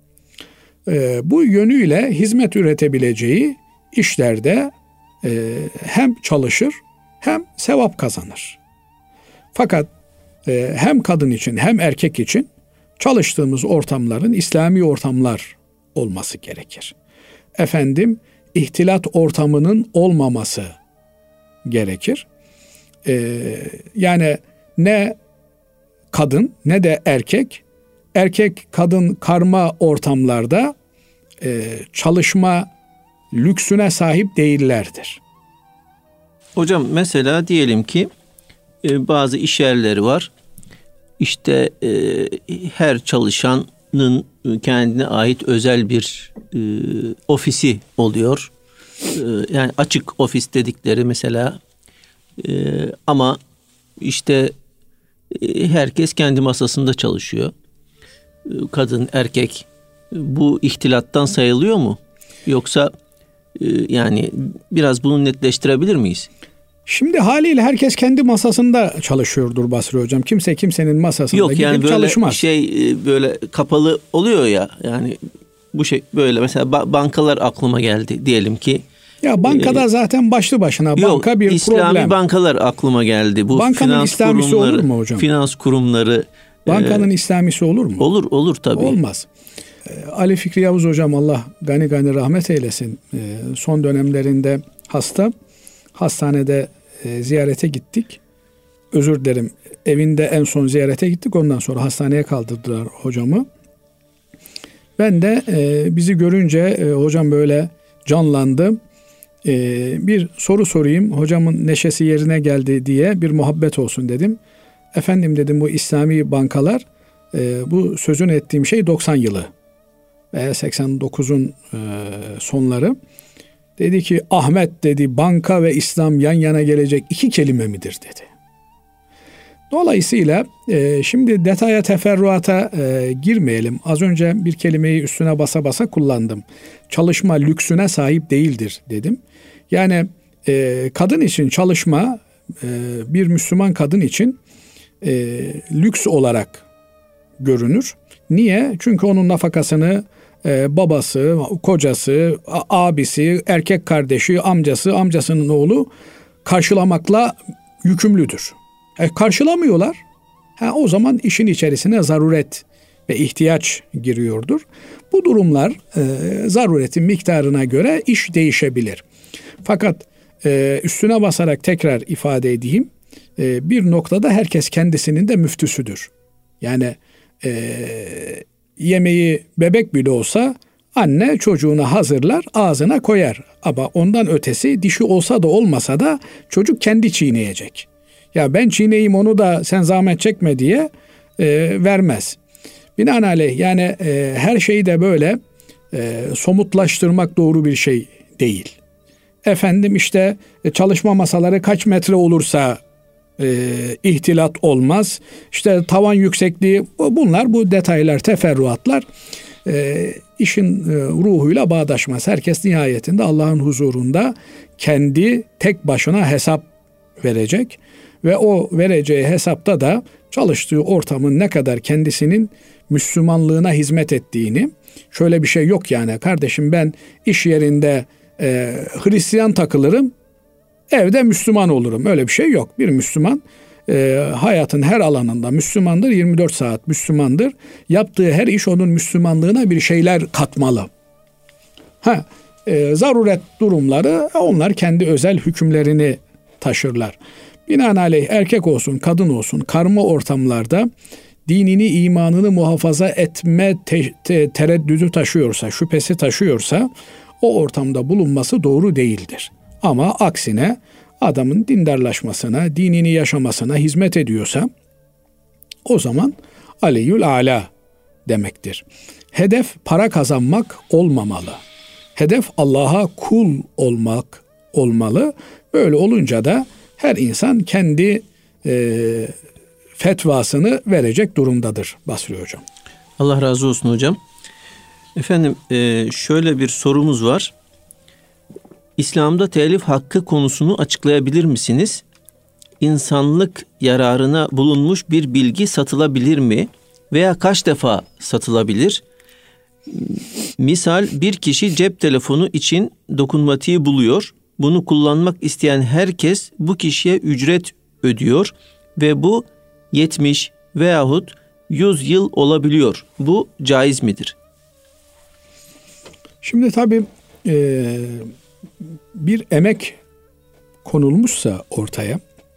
E, bu yönüyle hizmet üretebileceği işlerde e, hem çalışır hem sevap kazanır. Fakat e, hem kadın için hem erkek için çalıştığımız ortamların İslami ortamlar olması gerekir. Efendim, ihtilat ortamının olmaması gerekir. Ee, yani ne kadın ne de erkek, erkek kadın karma ortamlarda e, çalışma lüksüne sahip değillerdir. Hocam mesela diyelim ki e, bazı iş yerleri var. İşte e, her çalışanın kendine ait özel bir e, ofisi oluyor. E, yani açık ofis dedikleri mesela. E, ama işte e, herkes kendi masasında çalışıyor. E, kadın, erkek, bu ihtilattan sayılıyor mu? Yoksa e, yani biraz bunu netleştirebilir miyiz? Şimdi haliyle herkes kendi masasında çalışıyordur Basri Hocam. Kimse kimsenin masasında Yok, gidip yani böyle çalışmaz. şey böyle kapalı oluyor ya, yani bu şey böyle mesela bankalar aklıma geldi diyelim ki. Ya bankada ee, zaten başlı başına banka yok, bir İslami problem. İslami bankalar aklıma geldi. Bu bankanın finans İslamisi kurumları, olur mu hocam? Finans kurumları. Bankanın e, İslamisi olur mu? Olur olur tabii. Olmaz. Ali Fikri Yavuz hocam, Allah gani gani rahmet eylesin, son dönemlerinde hasta. Hastanede e, ziyarete gittik. Özür dilerim. Evinde en son ziyarete gittik. Ondan sonra hastaneye kaldırdılar hocamı. Ben de e, bizi görünce e, hocam böyle canlandı. E, bir soru sorayım. Hocamın neşesi yerine geldi diye bir muhabbet olsun dedim. Efendim dedim, bu İslami bankalar, e, bu sözünü ettiğim şey doksan yılı veya seksen dokuzun e, sonları. Dedi ki, Ahmet dedi, banka ve İslam yan yana gelecek iki kelime midir dedi. Dolayısıyla e, şimdi detaya, teferruata e, girmeyelim. Az önce bir kelimeyi üstüne basa basa kullandım. Çalışma lüksüne sahip değildir dedim. Yani e, kadın için çalışma, e, bir Müslüman kadın için e, lüks olarak görünür. Niye? Çünkü onun nafakasını Ee, babası, kocası, abisi, erkek kardeşi, amcası, amcasının oğlu karşılamakla yükümlüdür. E, karşılamıyorlar. Ha, o zaman işin içerisine zaruret ve ihtiyaç giriyordur. Bu durumlar e, zaruretin miktarına göre iş değişebilir. Fakat e, üstüne basarak tekrar ifade edeyim. E, bir noktada herkes kendisinin de müftüsüdür. Yani eee yemeği bebek bile olsa anne çocuğuna hazırlar, ağzına koyar. Ama ondan ötesi, dişi olsa da olmasa da çocuk kendi çiğneyecek. Ya ben çiğneyim, onu da sen zahmet çekme diye e, vermez. Binaenaleyh yani e, her şeyi de böyle e, somutlaştırmak doğru bir şey değil. Efendim işte e, çalışma masaları kaç metre olursa E, ihtilat olmaz. İşte tavan yüksekliği, bunlar, bu detaylar, teferruatlar e, işin e, ruhuyla bağdaşmaz. Herkes nihayetinde Allah'ın huzurunda kendi tek başına hesap verecek ve o vereceği hesapta da çalıştığı ortamın ne kadar kendisinin Müslümanlığına hizmet ettiğini, şöyle bir şey yok yani kardeşim ben iş yerinde e, Hristiyan takılırım, evde Müslüman olurum. Öyle bir şey yok. Bir Müslüman e, hayatın her alanında Müslümandır, yirmi dört saat Müslümandır. Yaptığı her iş onun Müslümanlığına bir şeyler katmalı. Ha, e, zaruret durumları onlar kendi özel hükümlerini taşırlar. Binaenaleyh erkek olsun, kadın olsun karma ortamlarda dinini, imanını muhafaza etme te- te- tereddüdü taşıyorsa, şüphesi taşıyorsa o ortamda bulunması doğru değildir. Ama aksine adamın dindarlaşmasına, dinini yaşamasına hizmet ediyorsa o zaman Aliyyül Âlâ demektir. Hedef para kazanmak olmamalı. Hedef Allah'a kul olmak olmalı. Böyle olunca da her insan kendi e, fetvasını verecek durumdadır Basri Hocam. Allah razı olsun hocam. Efendim e, şöyle bir sorumuz var. İslam'da telif hakkı konusunu açıklayabilir misiniz? İnsanlık yararına bulunmuş bir bilgi satılabilir mi? Veya kaç defa satılabilir? Misal bir kişi cep telefonu için dokunmatiği buluyor. Bunu kullanmak isteyen herkes bu kişiye ücret ödüyor ve bu yetmiş veyahut yüz yıl olabiliyor. Bu caiz midir? Şimdi tabii e, bir emek konulmuşsa ortaya,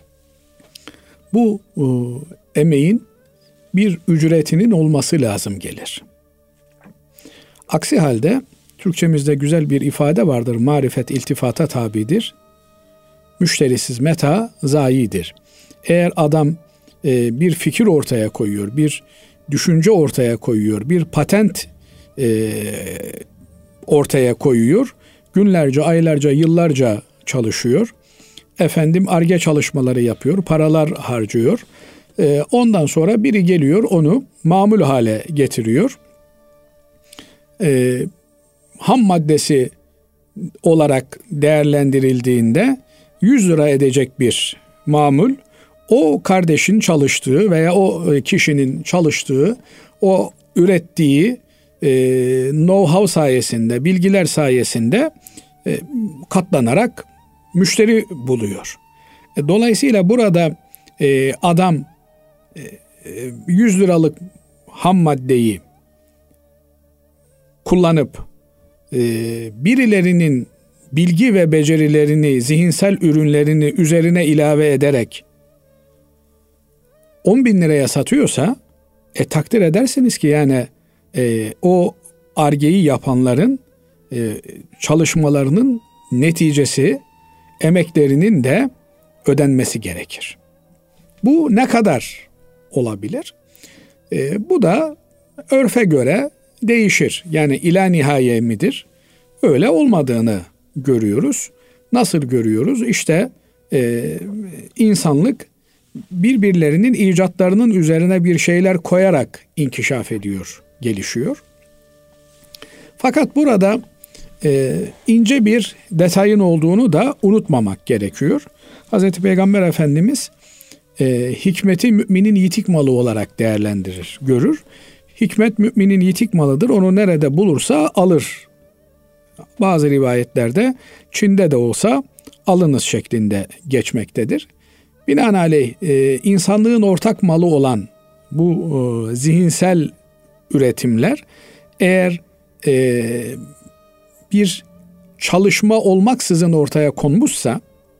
bu e, emeğin bir ücretinin olması lazım gelir. Aksi halde Türkçemizde güzel bir ifade vardır. Marifet iltifata tabidir. Müşterisiz meta zayidir. Eğer adam e, bir fikir ortaya koyuyor, bir düşünce ortaya koyuyor, bir patent e, ortaya koyuyor, günlerce, aylarca, yıllarca çalışıyor. Efendim Ar-Ge çalışmaları yapıyor, paralar harcıyor. E, ondan sonra biri geliyor onu mamul hale getiriyor. E, ham maddesi olarak değerlendirildiğinde yüz lira edecek bir mamul, o kardeşin çalıştığı veya o kişinin çalıştığı, o ürettiği e, know-how sayesinde, bilgiler sayesinde e, katlanarak müşteri buluyor. E, dolayısıyla burada e, adam e, yüz liralık ham maddeyi kullanıp e, birilerinin bilgi ve becerilerini, zihinsel ürünlerini üzerine ilave ederek on bin liraya satıyorsa e, takdir edersiniz ki yani e, o Ar-Ge'yi yapanların e, çalışmalarının neticesi, emeklerinin de ödenmesi gerekir. Bu ne kadar olabilir? E, bu da örfe göre değişir. Yani ila nihaye midir? Öyle olmadığını görüyoruz. Nasıl görüyoruz? İşte e, insanlık birbirlerinin icatlarının üzerine bir şeyler koyarak inkişaf ediyor, gelişiyor. Fakat burada e, ince bir detayın olduğunu da unutmamak gerekiyor. Hazreti Peygamber Efendimiz e, hikmeti müminin yitik malı olarak değerlendirir, görür. Hikmet müminin yitik malıdır. Onu nerede bulursa alır. Bazı rivayetlerde Çin'de de olsa alınız şeklinde geçmektedir. Binaenaleyh e, insanlığın ortak malı olan bu e, zihinsel üretimler eğer e, bir çalışma olmaksızın ortaya konmuşsa,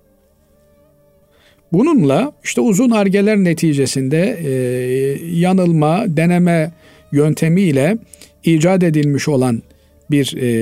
bununla işte uzun argeler neticesinde e, yanılma, deneme yöntemiyle icat edilmiş olan bir e,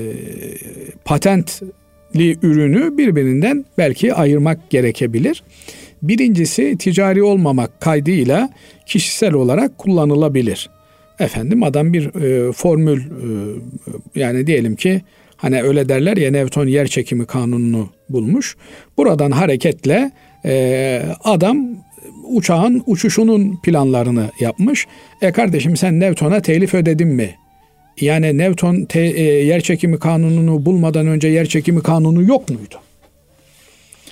patentli ürünü birbirinden belki ayırmak gerekebilir. Birincisi ticari olmamak kaydıyla kişisel olarak kullanılabilir. Efendim adam bir e, formül e, yani diyelim ki hani öyle derler ya, Newton yer çekimi kanununu bulmuş. Buradan hareketle e, adam uçağın uçuşunun planlarını yapmış. E kardeşim sen Newton'a telif ödedin mi? Yani Newton te, e, yer çekimi kanununu bulmadan önce yer çekimi kanunu yok muydu?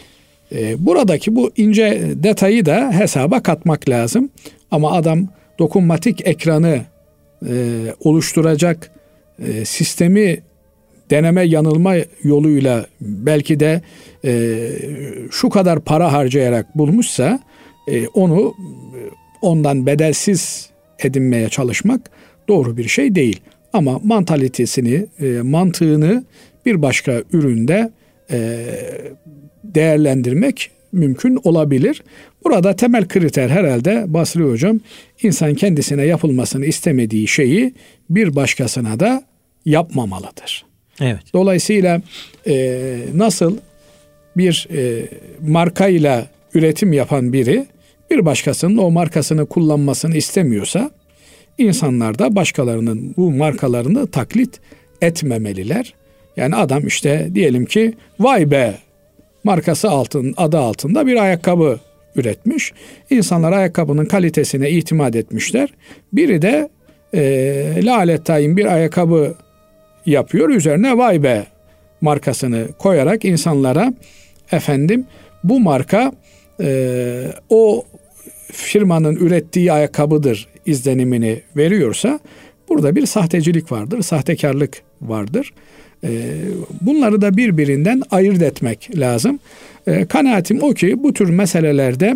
E, buradaki bu ince detayı da hesaba katmak lazım. Ama adam dokunmatik ekranı e, oluşturacak e, sistemi deneme yanılma yoluyla belki de e, şu kadar para harcayarak bulmuşsa e, onu ondan bedelsiz edinmeye çalışmak doğru bir şey değil. Ama mantalitesini, e, mantığını bir başka üründe e, değerlendirmek mümkün olabilir. Burada temel kriter herhalde Basri Hocam, insan kendisine yapılmasını istemediği şeyi bir başkasına da yapmamalıdır. Evet. Dolayısıyla e, nasıl bir e, markayla üretim yapan biri bir başkasının o markasını kullanmasını istemiyorsa, insanlar da başkalarının bu markalarını taklit etmemeliler. Yani adam işte diyelim ki vay be markası altın, adı altında bir ayakkabı üretmiş. İnsanlar ayakkabının kalitesine itimat etmişler. Biri de e, lalettayin bir ayakkabı yapıyor. Üzerine vay be markasını koyarak insanlara efendim bu marka e, o firmanın ürettiği ayakkabıdır izlenimini veriyorsa burada bir sahtecilik vardır, sahtekarlık vardır. E, bunları da birbirinden ayırt etmek lazım. E, kanaatim o ki bu tür meselelerde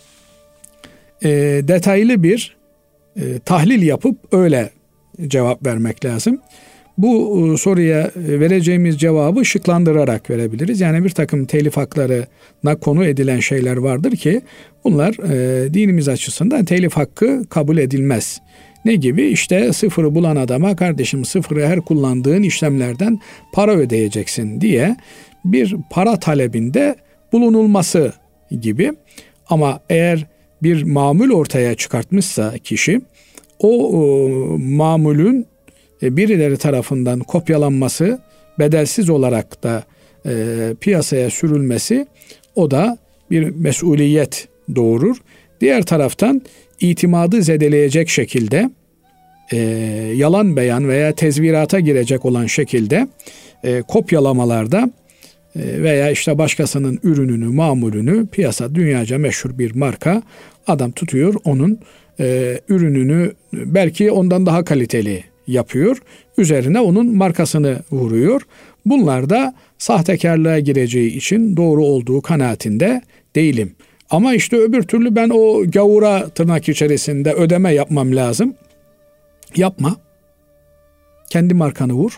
e, detaylı bir e, tahlil yapıp öyle cevap vermek lazım. Bu soruya vereceğimiz cevabı şıklandırarak verebiliriz. Yani bir takım telif haklarına konu edilen şeyler vardır ki bunlar e, dinimiz açısından telif hakkı kabul edilmez. Ne gibi? İşte sıfırı bulan adama kardeşim sıfırı her kullandığın işlemlerden para ödeyeceksin diye bir para talebinde bulunulması gibi. Ama eğer bir mamul ortaya çıkartmışsa kişi o, o mamulün birileri tarafından kopyalanması, bedelsiz olarak da e, piyasaya sürülmesi, o da bir mesuliyet doğurur. Diğer taraftan itimadı zedeleyecek şekilde e, yalan beyan veya tezvirata girecek olan şekilde e, kopyalamalarda e, veya işte başkasının ürününü, mamulünü, piyasa dünyaca meşhur bir marka adam tutuyor, onun e, ürününü belki ondan daha kaliteli yapıyor. Üzerine onun markasını vuruyor. Bunlar da sahtekarlığa gireceği için doğru olduğu kanaatinde değilim. Ama işte öbür türlü ben o gavura tırnak içerisinde ödeme yapmam lazım. Yapma. Kendi markanı vur.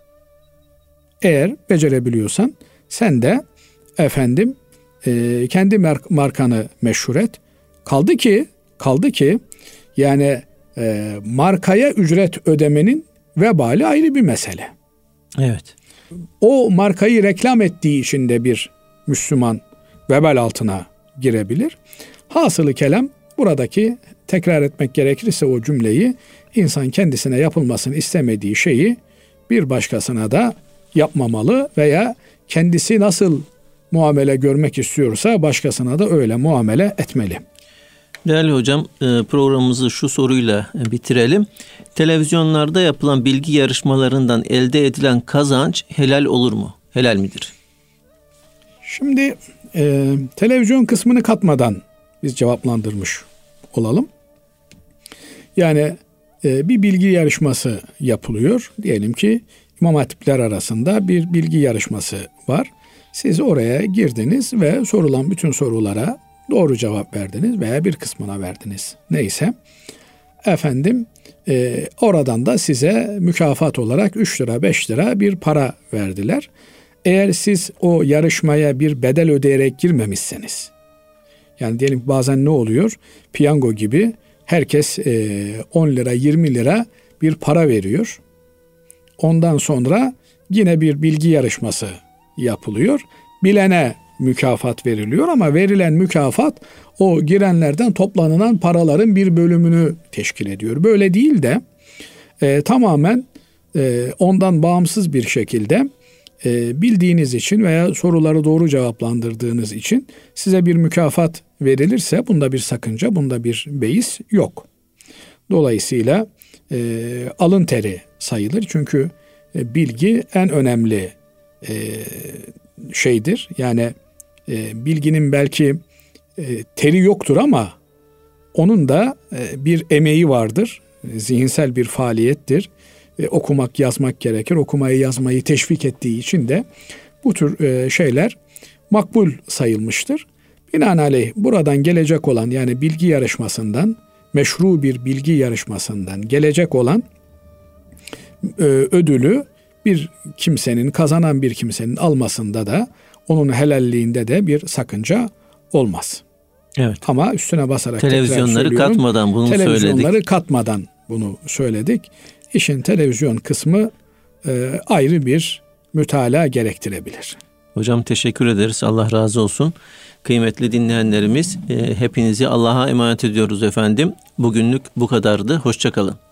Eğer becerebiliyorsan sen de efendim e, kendi markanı meşhur et. Kaldı ki kaldı ki yani E, markaya ücret ödemenin vebali ayrı bir mesele. Evet. O markayı reklam ettiği için de bir Müslüman vebal altına girebilir. Hasılı kelam buradaki tekrar etmek gerekirse o cümleyi, insan kendisine yapılmasını istemediği şeyi bir başkasına da yapmamalı veya kendisi nasıl muamele görmek istiyorsa başkasına da öyle muamele etmeli. Değerli hocam, programımızı şu soruyla bitirelim. Televizyonlarda yapılan bilgi yarışmalarından elde edilen kazanç helal olur mu? Helal midir? Şimdi e, televizyon kısmını katmadan biz cevaplandırmış olalım. Yani e, bir bilgi yarışması yapılıyor. Diyelim ki İmam Hatipler arasında bir bilgi yarışması var. Siz oraya girdiniz ve sorulan bütün sorulara doğru cevap verdiniz veya bir kısmına verdiniz. Neyse. Efendim e, oradan da size mükafat olarak üç lira beş lira bir para verdiler. Eğer siz o yarışmaya bir bedel ödeyerek girmemişseniz, yani diyelim bazen ne oluyor? Piyango gibi herkes e, on lira yirmi lira bir para veriyor. Ondan sonra yine bir bilgi yarışması yapılıyor. Bilene mükafat veriliyor ama verilen mükafat o girenlerden toplanılan paraların bir bölümünü teşkil ediyor. Böyle değil de e, tamamen e, ondan bağımsız bir şekilde e, bildiğiniz için veya soruları doğru cevaplandırdığınız için size bir mükafat verilirse bunda bir sakınca, bunda bir beis yok. Dolayısıyla e, alın teri sayılır. Çünkü e, bilgi en önemli e, şeydir. Yani e, bilginin belki e, teri yoktur ama onun da e, bir emeği vardır. E, zihinsel bir faaliyettir. E, okumak, yazmak gerekir. Okumayı, yazmayı teşvik ettiği için de bu tür e, şeyler makbul sayılmıştır. Binaenaleyh buradan gelecek olan, yani bilgi yarışmasından, meşru bir bilgi yarışmasından gelecek olan e, ödülü bir kimsenin, kazanan bir kimsenin almasında da, onun helalliğinde de bir sakınca olmaz. Evet. Ama üstüne basarak televizyonları katmadan bunu televizyonları söyledik. Televizyonları katmadan bunu söyledik. İşin televizyon kısmı e, ayrı bir mütalaa gerektirebilir. Hocam teşekkür ederiz. Allah razı olsun. Kıymetli dinleyenlerimiz, e, hepinizi Allah'a emanet ediyoruz efendim. Bugünlük bu kadardı. Hoşça kalın.